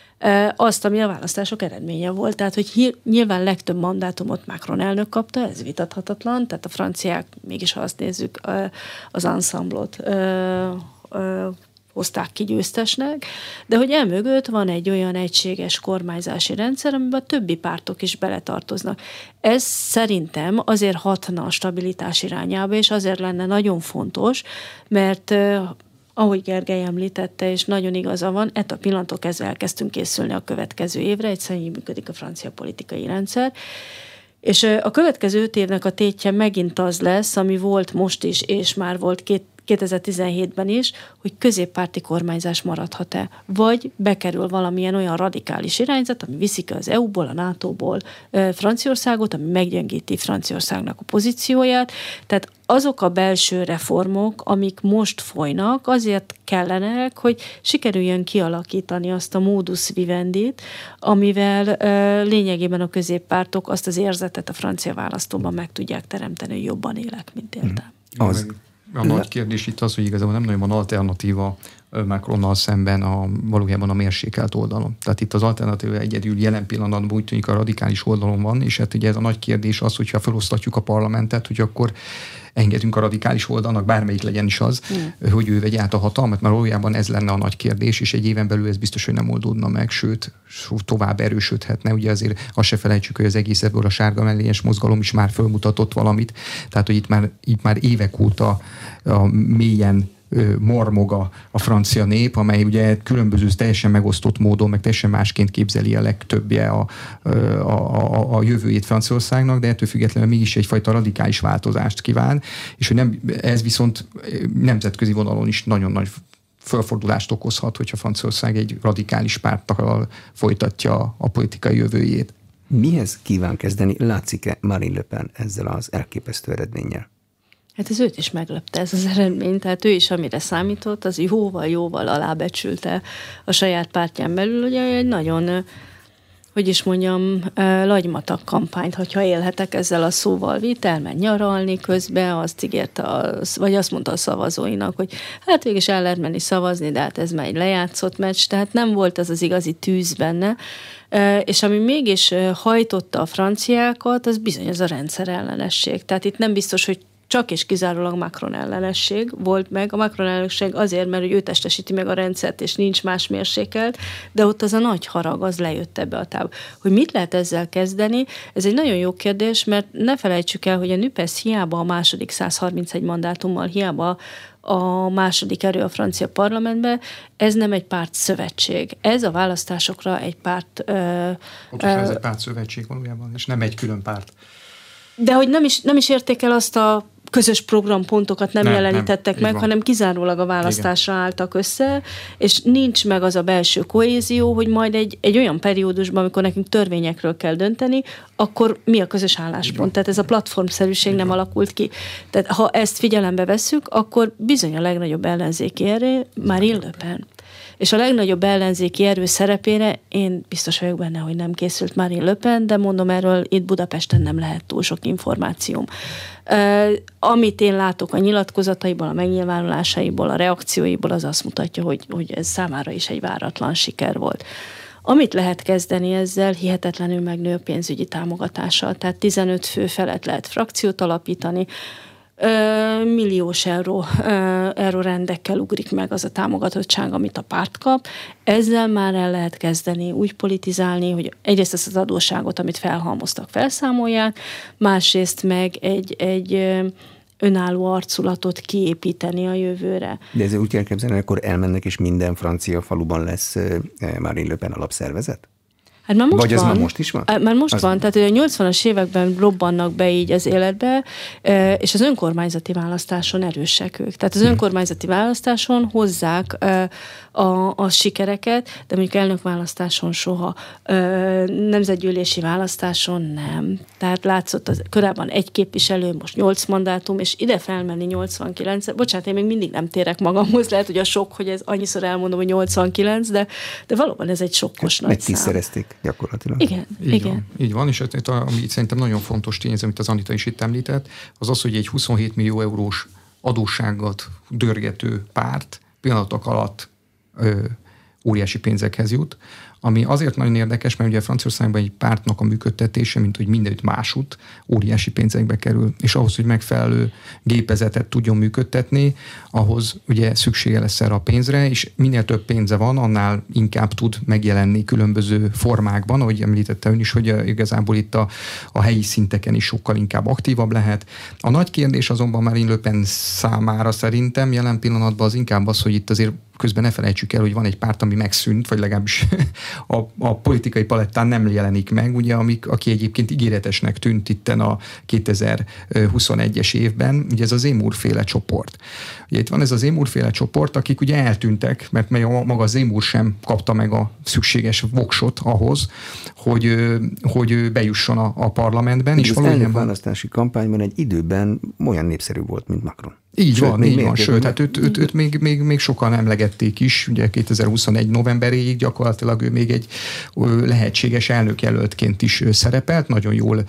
azt, ami a választások eredménye volt. Tehát, hogy nyilván legtöbb mandátumot Macron elnök kapta, ez vitathatatlan, tehát a franciák, mégis ha azt nézzük, az ensemble-ot hozták ki győztesnek, de hogy emögött van egy olyan egységes kormányzási rendszer, amiben a többi pártok is beletartoznak. Ez szerintem azért hatna a stabilitás irányába, és azért lenne nagyon fontos, mert ahogy Gergely említette, és nagyon igaza van, ettől a pillanattól kezdve elkezdtünk készülni a következő évre, egyszerűen így működik a francia politikai rendszer, és a következő öt évnek a tétje megint az lesz, ami volt most is, és már volt két kétezer-tizenhétben is, hogy középpárti kormányzás maradhat-e, vagy bekerül valamilyen olyan radikális irányzat, ami viszik az é u-ból, a nátóból Franciaországot, ami meggyengíti Franciaországnak a pozícióját. Tehát azok a belső reformok, amik most folynak, azért kellenek, hogy sikerüljön kialakítani azt a modus vivendit, amivel lényegében a középpártok azt az érzetet a francia választóban meg tudják teremteni, hogy jobban élek, mint éltem. Az. A nagy kérdés itt az, hogy igazából nem nagyon van alternatíva Macronnal szemben a, valójában a mérsékelt oldalon. Tehát itt az alternatíva egyedül jelen pillanatban úgy tűnik a radikális oldalon van, és hát ugye ez a nagy kérdés az, hogyha felosztatjuk a parlamentet, hogy akkor engedünk a radikális oldalnak, bármelyik legyen is az, mm. hogy ő vegye át a hatalmat, mert valójában ez lenne a nagy kérdés, és egy éven belül ez biztos, hogy nem oldódna meg, sőt, tovább erősödhetne. Ugye azért azt se felejtsük, hogy az egész ebből a sárga mellényes mozgalom is már fölmutatott valamit, tehát hogy itt már, itt már évek óta a mélyen mormog a, a francia nép, amely ugye különböző teljesen megosztott módon, meg teljesen másként képzeli a legtöbbje a, a, a, a jövőjét Franciaországnak, de ettől függetlenül mégis egyfajta radikális változást kíván, és hogy nem, ez viszont nemzetközi vonalon is nagyon nagy felfordulást okozhat, hogyha Franciaország egy radikális párttal folytatja a politikai jövőjét. Mihez kíván kezdeni? Látszik-e Marine Le Pen ezzel az elképesztő eredménnyel? Hát ez őt is meglepte ez az eredmény, tehát ő is, amire számított, az jóval-jóval alábecsülte a saját pártján belül, ugye egy nagyon, hogy is mondjam, lagymatag kampányt, hogyha élhetek ezzel a szóval, vitt, elment nyaralni közben, azt ígérte, az, vagy azt mondta a szavazóinak, hogy hát végig is el lehet menni szavazni, de hát ez már egy lejátszott meccs, tehát nem volt ez az igazi tűz benne, és ami mégis hajtotta a franciákat, az bizony ez a rendszerellenesség. Tehát itt nem biztos, hogy csak és kizárólag Macron ellenesség volt meg. A Macron ellenesség azért, mert ő testesíti meg a rendszert, és nincs más mérsékelt, de ott az a nagy harag, az lejött ebbe a táv. Hogy mit lehet ezzel kezdeni? Ez egy nagyon jó kérdés, mert ne felejtsük el, hogy a NUPES hiába a második száz harmincegy mandátummal, hiába a második erő a francia parlamentben, ez nem egy párt szövetség. Ez a választásokra egy párt... Pontosan ez egy párt szövetség valójában, és nem egy külön párt. De hogy nem is, nem is érték el azt a közös programpontokat nem, nem jelenítettek nem, meg, van. Hanem kizárólag a választásra Igen. álltak össze, és nincs meg az a belső kohézió, hogy majd egy, egy olyan periódusban, amikor nekünk törvényekről kell dönteni, akkor mi a közös álláspont. Igen. Tehát ez a platformszerűség Igen. nem alakult ki. Tehát ha ezt figyelembe vesszük, akkor bizony a legnagyobb ellenzéki erő Marine Le Pen. És a legnagyobb ellenzéki erő szerepére én biztos vagyok benne, hogy nem készült Marine Le Pen, de mondom, erről itt Budapesten nem lehet túl sok információm. Uh, amit én látok a nyilatkozataiból, a megnyilvánulásaiból, a reakcióiból, az azt mutatja, hogy, hogy ez számára is egy váratlan siker volt. Amit lehet kezdeni ezzel, hihetetlenül megnő a pénzügyi támogatással, tehát tizenöt fő felett lehet frakciót alapítani, milliós euró, euró rendekkel ugrik meg az a támogatottság, amit a párt kap. Ezzel már el lehet kezdeni úgy politizálni, hogy egyrészt ezt az adósságot, amit felhalmoztak, felszámolják, másrészt meg egy, egy önálló arculatot kiépíteni a jövőre. De ezzel úgy kell képzelni, akkor elmennek, és minden francia faluban lesz Marine Le Pen alapszervezet? Hát már most Vagy ez van. már most is van? Már most az van, tehát a nyolcvanas években robbannak be így az életbe, és az önkormányzati választáson erősek ők. Tehát az önkormányzati választáson hozzák a, a sikereket, de mondjuk elnökválasztáson soha, nemzetgyűlési választáson nem. Tehát látszott az, korábban egy képviselő, most nyolc mandátum, és ide felmenni nyolcvankilenc. Bocsánat, én még mindig nem térek magamhoz, lehet, hogy a sok, hogy ez annyiszor elmondom, hogy nyolcvankilenc, de, de valóban ez egy sokkos nagy szám. Megtízszerezték gyakorlatilag. Igen, így igen. Van, így van, és itt, ami szerintem nagyon fontos tényező, amit az Anita is itt említett, az az, hogy egy huszonhét millió eurós adósságot dörgető párt pillanatok alatt ö, óriási pénzekhez jut, ami azért nagyon érdekes, mert ugye Franciaországban egy pártnak a működtetése, mint hogy mindenütt másút, óriási pénzekbe kerül, és ahhoz, hogy megfelelő gépezetet tudjon működtetni, ahhoz ugye szüksége lesz erre a pénzre, és minél több pénze van, annál inkább tud megjelenni különböző formákban, ahogy említette ön is, hogy igazából itt a, a helyi szinteken is sokkal inkább aktívabb lehet. A nagy kérdés azonban Marine Le Pen számára szerintem jelen pillanatban az inkább az, hogy itt azért közben ne felejtsük el, hogy van egy párt, ami megszűnt, vagy legalábbis a, a politikai palettán nem jelenik meg, ugye, amik, aki egyébként ígéretesnek tűnt itten a kétezer-huszonegyes évben, ugye ez az Zemmour-féle csoport. Ugye itt van ez az Zemmour-féle csoport, akik ugye eltűntek, mert maga az Zemmour sem kapta meg a szükséges voksot ahhoz, hogy, hogy bejusson a, a parlamentben. És az elnökválasztási kampányban egy időben olyan népszerű volt, mint Macron. Így sőt, van, így van, sőt, hát őt, őt, őt még, még, még sokan emlegették is, ugye kétezer-huszonegy novemberéig gyakorlatilag ő még egy lehetséges elnökjelöltként is szerepelt, nagyon jól,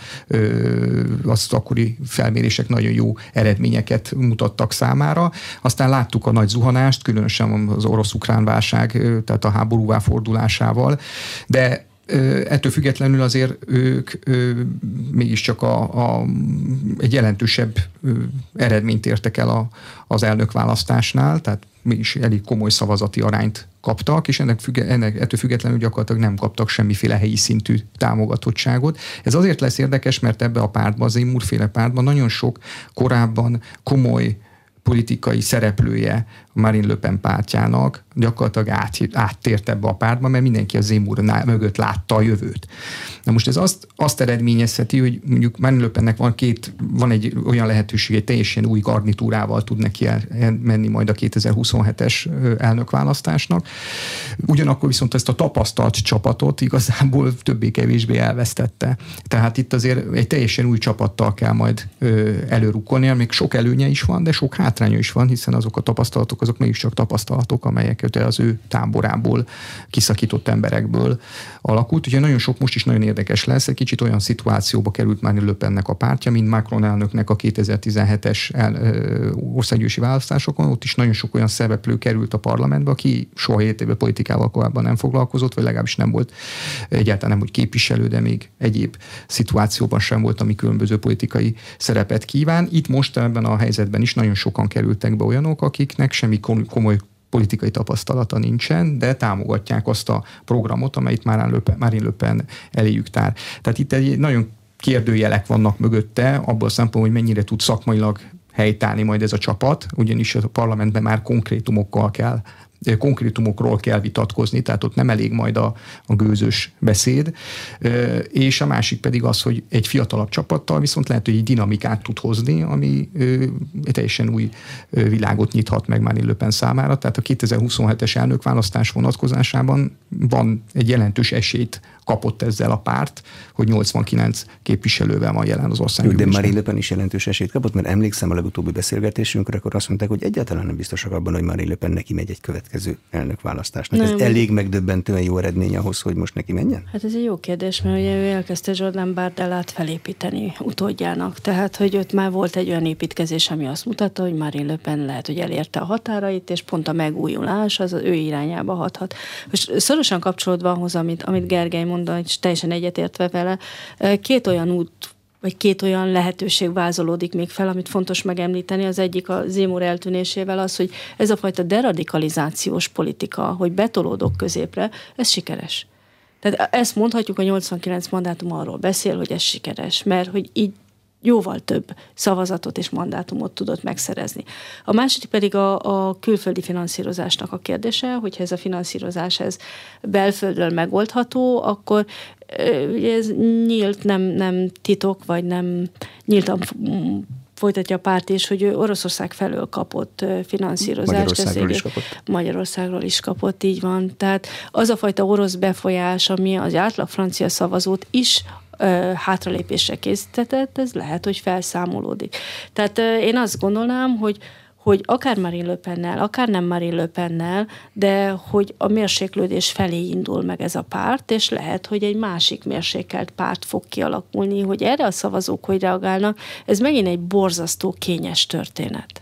az akkori felmérések nagyon jó eredményeket mutattak számára. Aztán láttuk a nagy zuhanást, különösen az orosz-ukrán válság, tehát a háborúvá fordulásával, de ettől függetlenül azért ők mégiscsak a, a, egy jelentősebb eredményt értek el a, az elnökválasztásnál, tehát mégis elég komoly szavazati arányt kaptak, és ennek, függe, ennek ettől függetlenül gyakorlatilag nem kaptak semmiféle helyi szintű támogatottságot. Ez azért lesz érdekes, mert ebbe a pártban, az Zemmour-féle pártban nagyon sok korábban komoly politikai szereplője a Marine Le Pen pártjának gyakorlatilag át, áttért ebbe a pártba, mert mindenki a Zemmour mögött látta a jövőt. Na most ez azt, azt eredményezheti, hogy mondjuk Marine Le Pennek van két, van egy olyan lehetőség, egy teljesen új garnitúrával tud neki el, menni majd a kétezer-huszonhetes elnökválasztásnak. Ugyanakkor viszont ezt a tapasztalt csapatot igazából többé-kevésbé elvesztette. Tehát itt azért egy teljesen új csapattal kell majd előrukkolni, amíg sok előnye is van, de sok hátránya is van, hiszen azok a tapasztalatok, azok mégiscsak tapasztalatok, amelyek az ő táborából, kiszakított emberekből alakult. Ugye nagyon sok most is nagyon érdekes lesz, egy kicsit olyan szituációba került Marine Le Pennek a pártja, mint Macron elnöknek a kétezer-tizenhetes országgyűlési választásokon. Ott is nagyon sok olyan szereplő került a parlamentbe, aki soha életében politikával korábban nem foglalkozott, vagy legalábbis nem volt egyáltalán nem, hogy képviselő, de még egyéb szituációban sem volt, ami különböző politikai szerepet kíván. Itt most ebben a helyzetben is nagyon sokan kerültek be olyanok, akiknek semmi komoly politikai tapasztalata nincsen, de támogatják azt a programot, amelyet Marine Le Pen eléjük tár. Tehát itt egy nagyon kérdőjelek vannak mögötte, abból a szempontból, hogy mennyire tud szakmailag helytállni majd ez a csapat, ugyanis a parlamentben már konkrétumokkal kell konkrétumokról kell vitatkozni, tehát ott nem elég majd a, a gőzös beszéd, és a másik pedig az, hogy egy fiatalabb csapattal viszont lehet, hogy egy dinamikát tud hozni, ami egy teljesen új világot nyithat meg Marine Le Pen számára, tehát a kétezer-huszonhetes elnökválasztás vonatkozásában van egy jelentős esélyt kapott ezzel a párt, hogy nyolcvankilenc képviselővel van jelen az országgyűlésben. De Marine Le Pen is jelentős esélyt kapott, mert emlékszem a legutóbbi beszélgetésünkre, akkor azt mondták, hogy egyáltalán nem biztosak abban, hogy Marine Le Pen neki megy egy következő elnökválasztásnak. Ez elég megdöbbentően jó eredmény ahhoz, hogy most neki menjen? Hát ez egy jó kérdés, mert ugye ő elkezdte Jordan Bardellát felépíteni utódjának. Tehát, hogy ott már volt egy olyan építkezés, ami azt mutatta, hogy Marine Le Pen lehet, hogy elérte a határait, és pont a megújulás az, az ő irányába hathat. Most szorosan kapcsolódva ahhoz, amit, amit Gergely mondta, és teljesen egyetértve vele, két olyan út, vagy két olyan lehetőség vázolódik még fel, amit fontos megemlíteni. Az egyik a Zemmour eltűnésével az, hogy ez a fajta deradikalizációs politika, hogy betolódok középre, ez sikeres. Tehát ezt mondhatjuk, a nyolcvankilenc mandátum arról beszél, hogy ez sikeres, mert hogy így jóval több szavazatot és mandátumot tudott megszerezni. A második pedig a, a külföldi finanszírozásnak a kérdése, hogyha ez a finanszírozás ez belföldről megoldható, akkor ugye ez nyílt, nem, nem titok, vagy nem nyíltan folytatja a párt is, hogy ő Oroszország felől kapott finanszírozást. Magyarországról is kapott. Magyarországról is kapott, így van. Tehát az a fajta orosz befolyás, ami az átlag francia szavazót is hátralépésre készítetett, ez lehet, hogy felszámolódik. Tehát én azt gondolnám, hogy, hogy akár Marine Le Pennel, akár nem Marine Le Pennel, de hogy a mérséklődés felé indul meg ez a párt, és lehet, hogy egy másik mérsékelt párt fog kialakulni, hogy erre a szavazók hogy reagálnak, ez megint egy borzasztó kényes történet.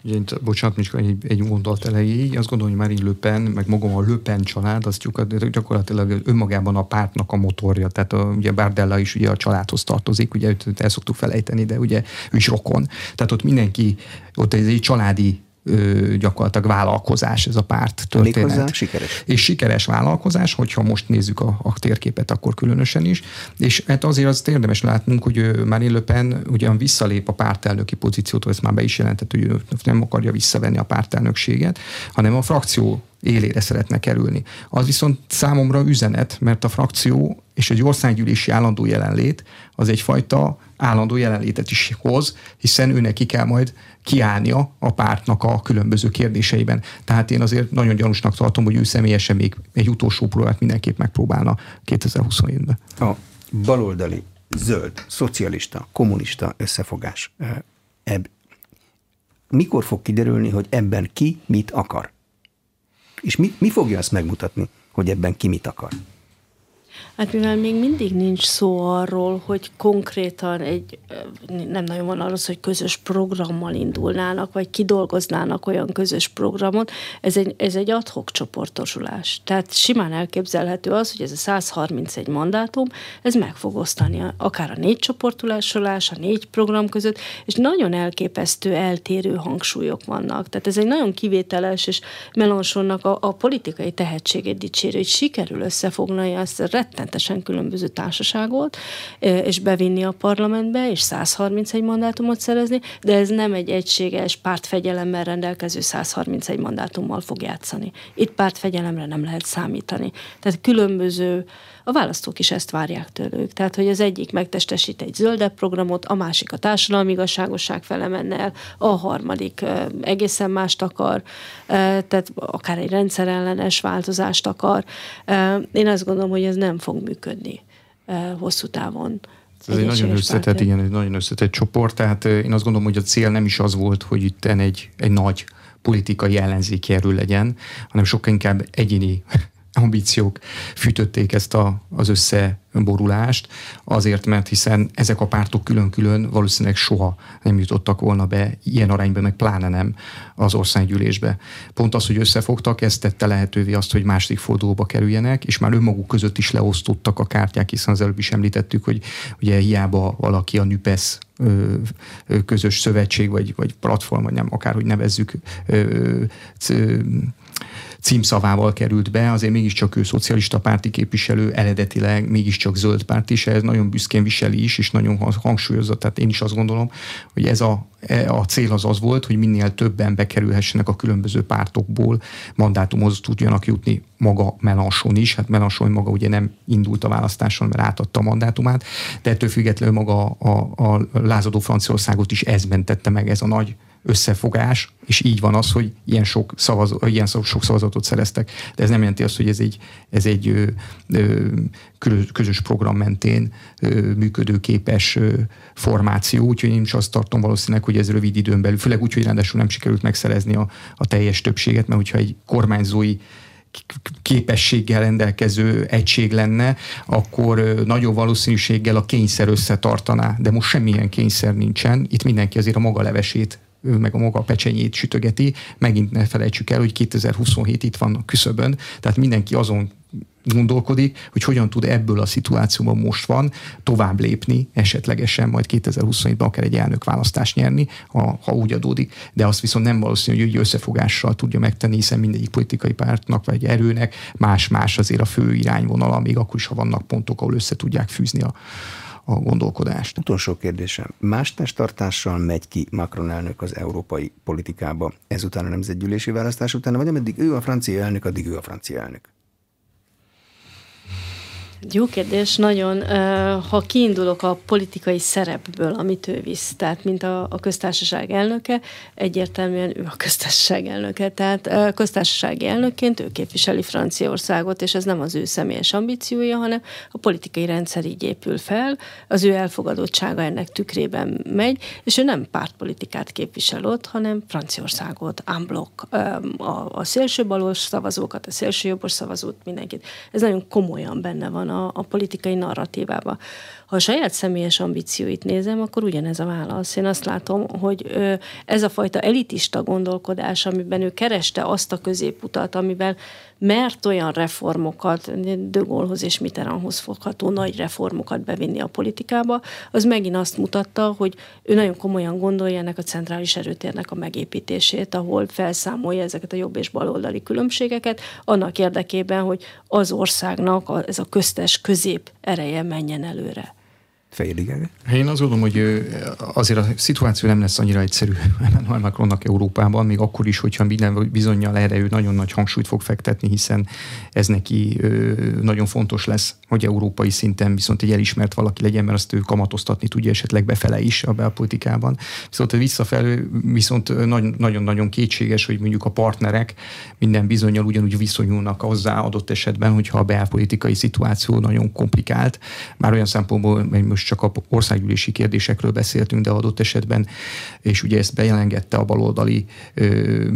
Ugye, bocsánat, egy, egy gondolat elejéig, azt gondolom, hogy Marine Le Pen, meg magam a Le Pen család, az gyakorlatilag önmagában a pártnak a motorja. Tehát a, ugye Bardella is ugye a családhoz tartozik, ugye őt el szoktuk felejteni, de ugye ő is rokon. Tehát ott mindenki, ott ez egy családi Ö, gyakorlatilag vállalkozás ez a párt történet. Méghozzá sikeres. És sikeres vállalkozás, hogyha most nézzük a, a térképet, akkor különösen is. És hát azért azt érdemes látnunk, hogy Marine Le Pen ugyan visszalép a pártelnöki pozíciótól, ezt már be is jelentett, hogy ő nem akarja visszavenni a pártelnökséget, hanem a frakció élére szeretne kerülni. Az viszont számomra üzenet, mert a frakció és egy országgyűlési állandó jelenlét az egyfajta állandó jelenlétet is hoz, hiszen őnek ki kell majd kiállnia a pártnak a különböző kérdéseiben. Tehát én azért nagyon gyanúsnak tartom, hogy ő személyesen még egy utolsó próbát mindenképp megpróbálna kétezer-huszonhétben. A baloldali, zöld, szocialista, kommunista összefogás. Ebb. Mikor fog kiderülni, hogy ebben ki mit akar? És mi, mi fogja azt megmutatni, hogy ebben ki mit akar? Hát mivel még mindig nincs szó arról, hogy konkrétan egy, nem nagyon van arról, hogy közös programmal indulnának, vagy kidolgoznának olyan közös programot, ez egy, ez egy ad hoc csoportosulás. Tehát simán elképzelhető az, hogy ez a száz harmincegy mandátum, ez meg fog osztani akár a négy csoportosulás, a négy program között, és nagyon elképesztő, eltérő hangsúlyok vannak. Tehát ez egy nagyon kivételes, és Mélenchonnak a, a politikai tehetségét dicsérő, hogy sikerül összefoglalni azt rettenetesen különböző társaságot, és bevinni a parlamentbe, és száz harmincegy mandátumot szerezni, de ez nem egy egységes pártfegyelemmel rendelkező száz harmincegy mandátummal fog játszani. Itt pártfegyelemre nem lehet számítani. Tehát különböző, a választók is ezt várják tőlük. Tehát, hogy az egyik megtestesít egy zöldebb programot, a másik a társadalmi igazságosság fele menne el, a harmadik egészen mást akar, tehát akár egy rendszerellenes változást akar. Én azt gondolom, hogy ez nem fog működni hosszú távon. Ez egy nagyon összetett, igen, egy nagyon összetett csoport, tehát én azt gondolom, hogy a cél nem is az volt, hogy itt egy, egy nagy politikai ellenzéki erő legyen, hanem sokkal inkább egyéni ambíciók fűtötték ezt a, az összeborulást, azért, mert hiszen ezek a pártok külön-külön valószínűleg soha nem jutottak volna be ilyen arányban, meg pláne nem az országgyűlésbe. Pont az, hogy összefogtak, ez tette lehetővé azt, hogy második fordulóba kerüljenek, és már önmaguk között is leosztottak a kártyák, hiszen az előbb is említettük, hogy ugye hiába valaki a NÜPESZ közös szövetség, vagy, vagy platform, vagy nem, akárhogy nevezzük, ö, ö, címszavával került be, azért mégiscsak ő szocialista párti képviselő, eredetileg mégiscsak zöld párt is, ez nagyon büszkén viseli is, és nagyon hangsúlyozza, tehát én is azt gondolom, hogy ez a, a cél az az volt, hogy minél többen bekerülhessenek a különböző pártokból, mandátumhoz tudjanak jutni, maga Mélenchon is, hát Mélenchon maga ugye nem indult a választáson, mert átadta a mandátumát, de ettől függetlenül maga a, a lázadó Franciaországot is ez mentette meg, ez a nagy összefogás, és így van az, hogy ilyen sok, szavazó, ilyen sok szavazatot szereztek. De ez nem jelenti azt, hogy ez egy, ez egy ö, ö, közös program mentén ö, működőképes ö, formáció, úgyhogy én is azt tartom valószínűleg, hogy ez rövid időn belül, főleg úgy, hogy ráadásul nem sikerült megszerezni a, a teljes többséget, mert hogyha egy kormányzói képességgel rendelkező egység lenne, akkor nagyobb valószínűséggel a kényszer összetartaná, de most semmilyen kényszer nincsen, itt mindenki azért a maga levesét meg a maga pecsenyét sütögeti, megint ne felejtsük el, hogy kétezer-huszonhét itt van a küszöbön, tehát mindenki azon gondolkodik, hogy hogyan tud ebből a szituációban most van tovább lépni, esetlegesen majd kétezer-huszonhétben akár egy elnökválasztást nyerni, ha, ha úgy adódik, de azt viszont nem valószínű, hogy összefogással tudja megtenni, hiszen mindegyik politikai pártnak vagy erőnek más-más azért a fő irányvonala, még akkor is, ha vannak pontok, ahol össze tudják fűzni a a gondolkodást. Utolsó kérdésem. Más testtartással megy ki Macron elnök az európai politikába ezután a nemzetgyűlési választás után, vagy ameddig ő a francia elnök, addig ő a francia elnök? Jó kérdés, nagyon. Ha kiindulok a politikai szerepből, amit ő visz, tehát mint a, a köztársaság elnöke, egyértelműen ő a köztársaság elnöke. Tehát köztársasági elnökként ő képviseli Franciaországot, és ez nem az ő személyes ambíciója, hanem a politikai rendszer így épül fel, az ő elfogadottsága ennek tükrében megy, és ő nem pártpolitikát képvisel ott, hanem Franciaországot, en bloc, a, a szélsőbalos szavazókat, a szélsőjobbos szavazót, mindenkit. Ez nagyon komolyan benne van a, a politikai narratívában. Ha a saját személyes ambícióit nézem, akkor ugyanez a válasz. Én azt látom, hogy ez a fajta elitista gondolkodás, amiben ő kereste azt a középutat, amivel mert olyan reformokat, De Gaullehoz és Mitterrandhoz fogható nagy reformokat bevinni a politikába, az megint azt mutatta, hogy ő nagyon komolyan gondolja ennek a centrális erőtérnek a megépítését, ahol felszámolja ezeket a jobb és baloldali különbségeket, annak érdekében, hogy az országnak a, ez a köztes közép ereje menjen előre. Fejélig. Én azt gondolom, hogy azért a szituáció nem lesz annyira egyszerű Emmanuel Macronnak Európában, még akkor is, hogyha minden bizonnyal erre ő nagyon nagy hangsúlyt fog fektetni, hiszen ez neki nagyon fontos lesz, hogy európai szinten viszont egy elismert valaki legyen, mert azt ő kamatoztatni tudja esetleg befele is a belpolitikában. Viszont visszafelé viszont nagyon-nagyon kétséges, hogy mondjuk a partnerek minden bizonnyal ugyanúgy viszonyulnak hozzá adott esetben, hogyha a belpolitikai szituáció nagyon komplikált. Már olyan szempontból, hogy most csak a országgyűlési kérdésekről beszéltünk, de adott esetben, és ugye ezt bejelentette a baloldali ö,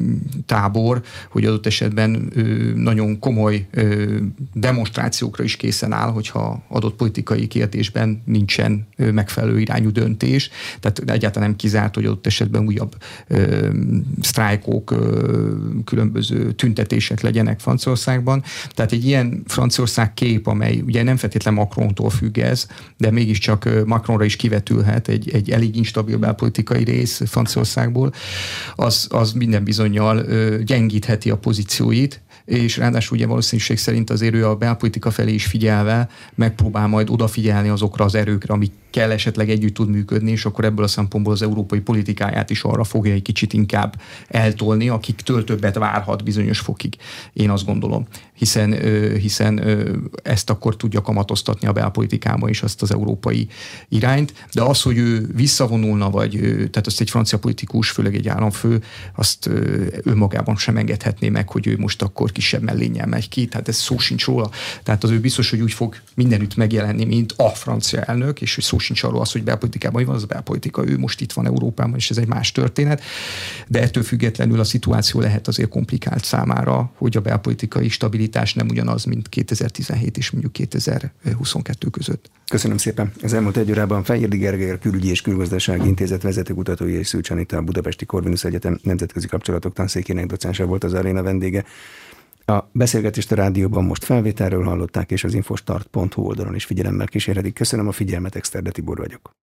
tábor, hogy adott esetben ö, nagyon komoly ö, demonstrációkra is készen áll, hogyha adott politikai kérdésben nincsen ö, megfelelő irányú döntés. Tehát egyáltalán nem kizárt, hogy adott esetben újabb ö, sztrájkok, ö, különböző tüntetések legyenek Franciaországban. Tehát egy ilyen Franciaország kép, amely ugye nem feltétlenül Macrontól függ ez, de mégiscsak Macronra is kivetülhet egy, egy elég instabil belpolitikai rész Franciaországból, az, az minden bizonnyal gyengítheti a pozícióit, és ráadásul ugye valószínűség szerint azért ő a belpolitika felé is figyelve megpróbál majd odafigyelni azokra az erőkre, amikkel esetleg együtt tud működni, és akkor ebből a szempontból az európai politikáját is arra fogja egy kicsit inkább eltolni, akiktől többet várhat bizonyos fokig. Én azt gondolom. Hiszen, hiszen ezt akkor tudja kamatoztatni a belpolitikában is azt az európai irányt, de az, hogy ő visszavonulna, vagy tehát azt egy francia politikus, főleg egy államfő, azt önmagában sem engedhetné meg, hogy ő most akkor kisebb mellénnyel megy ki, tehát ez szó sincs róla. Tehát az ő biztos, hogy úgy fog mindenütt megjelenni, mint a francia elnök, és hogy szó sincs arról az, hogy belpolitikában van, az a belpolitika, ő most itt van Európában, és ez egy más történet, de ettől függetlenül a szituáció lehet azért komplikált számára, hogy a belpolitikai stabilitás nem ugyanaz, mint kétezer-tizenhét és mondjuk kétezer-huszonkettő között. Köszönöm szépen. Az elmúlt egy órában Fejérdi Gergely, a Külügyi és Külgazdasági Intézet vezető kutatója és Szűcs Anita, a Budapesti Corvinus Egyetem nemzetközi kapcsolatok tanszékének docense volt az aréna vendége. A beszélgetést a rádióban most felvételről hallották, és az infostart pont hu oldalon is figyelemmel kísérhetik. Köszönöm a figyelmet, Exterde Tibor vagyok.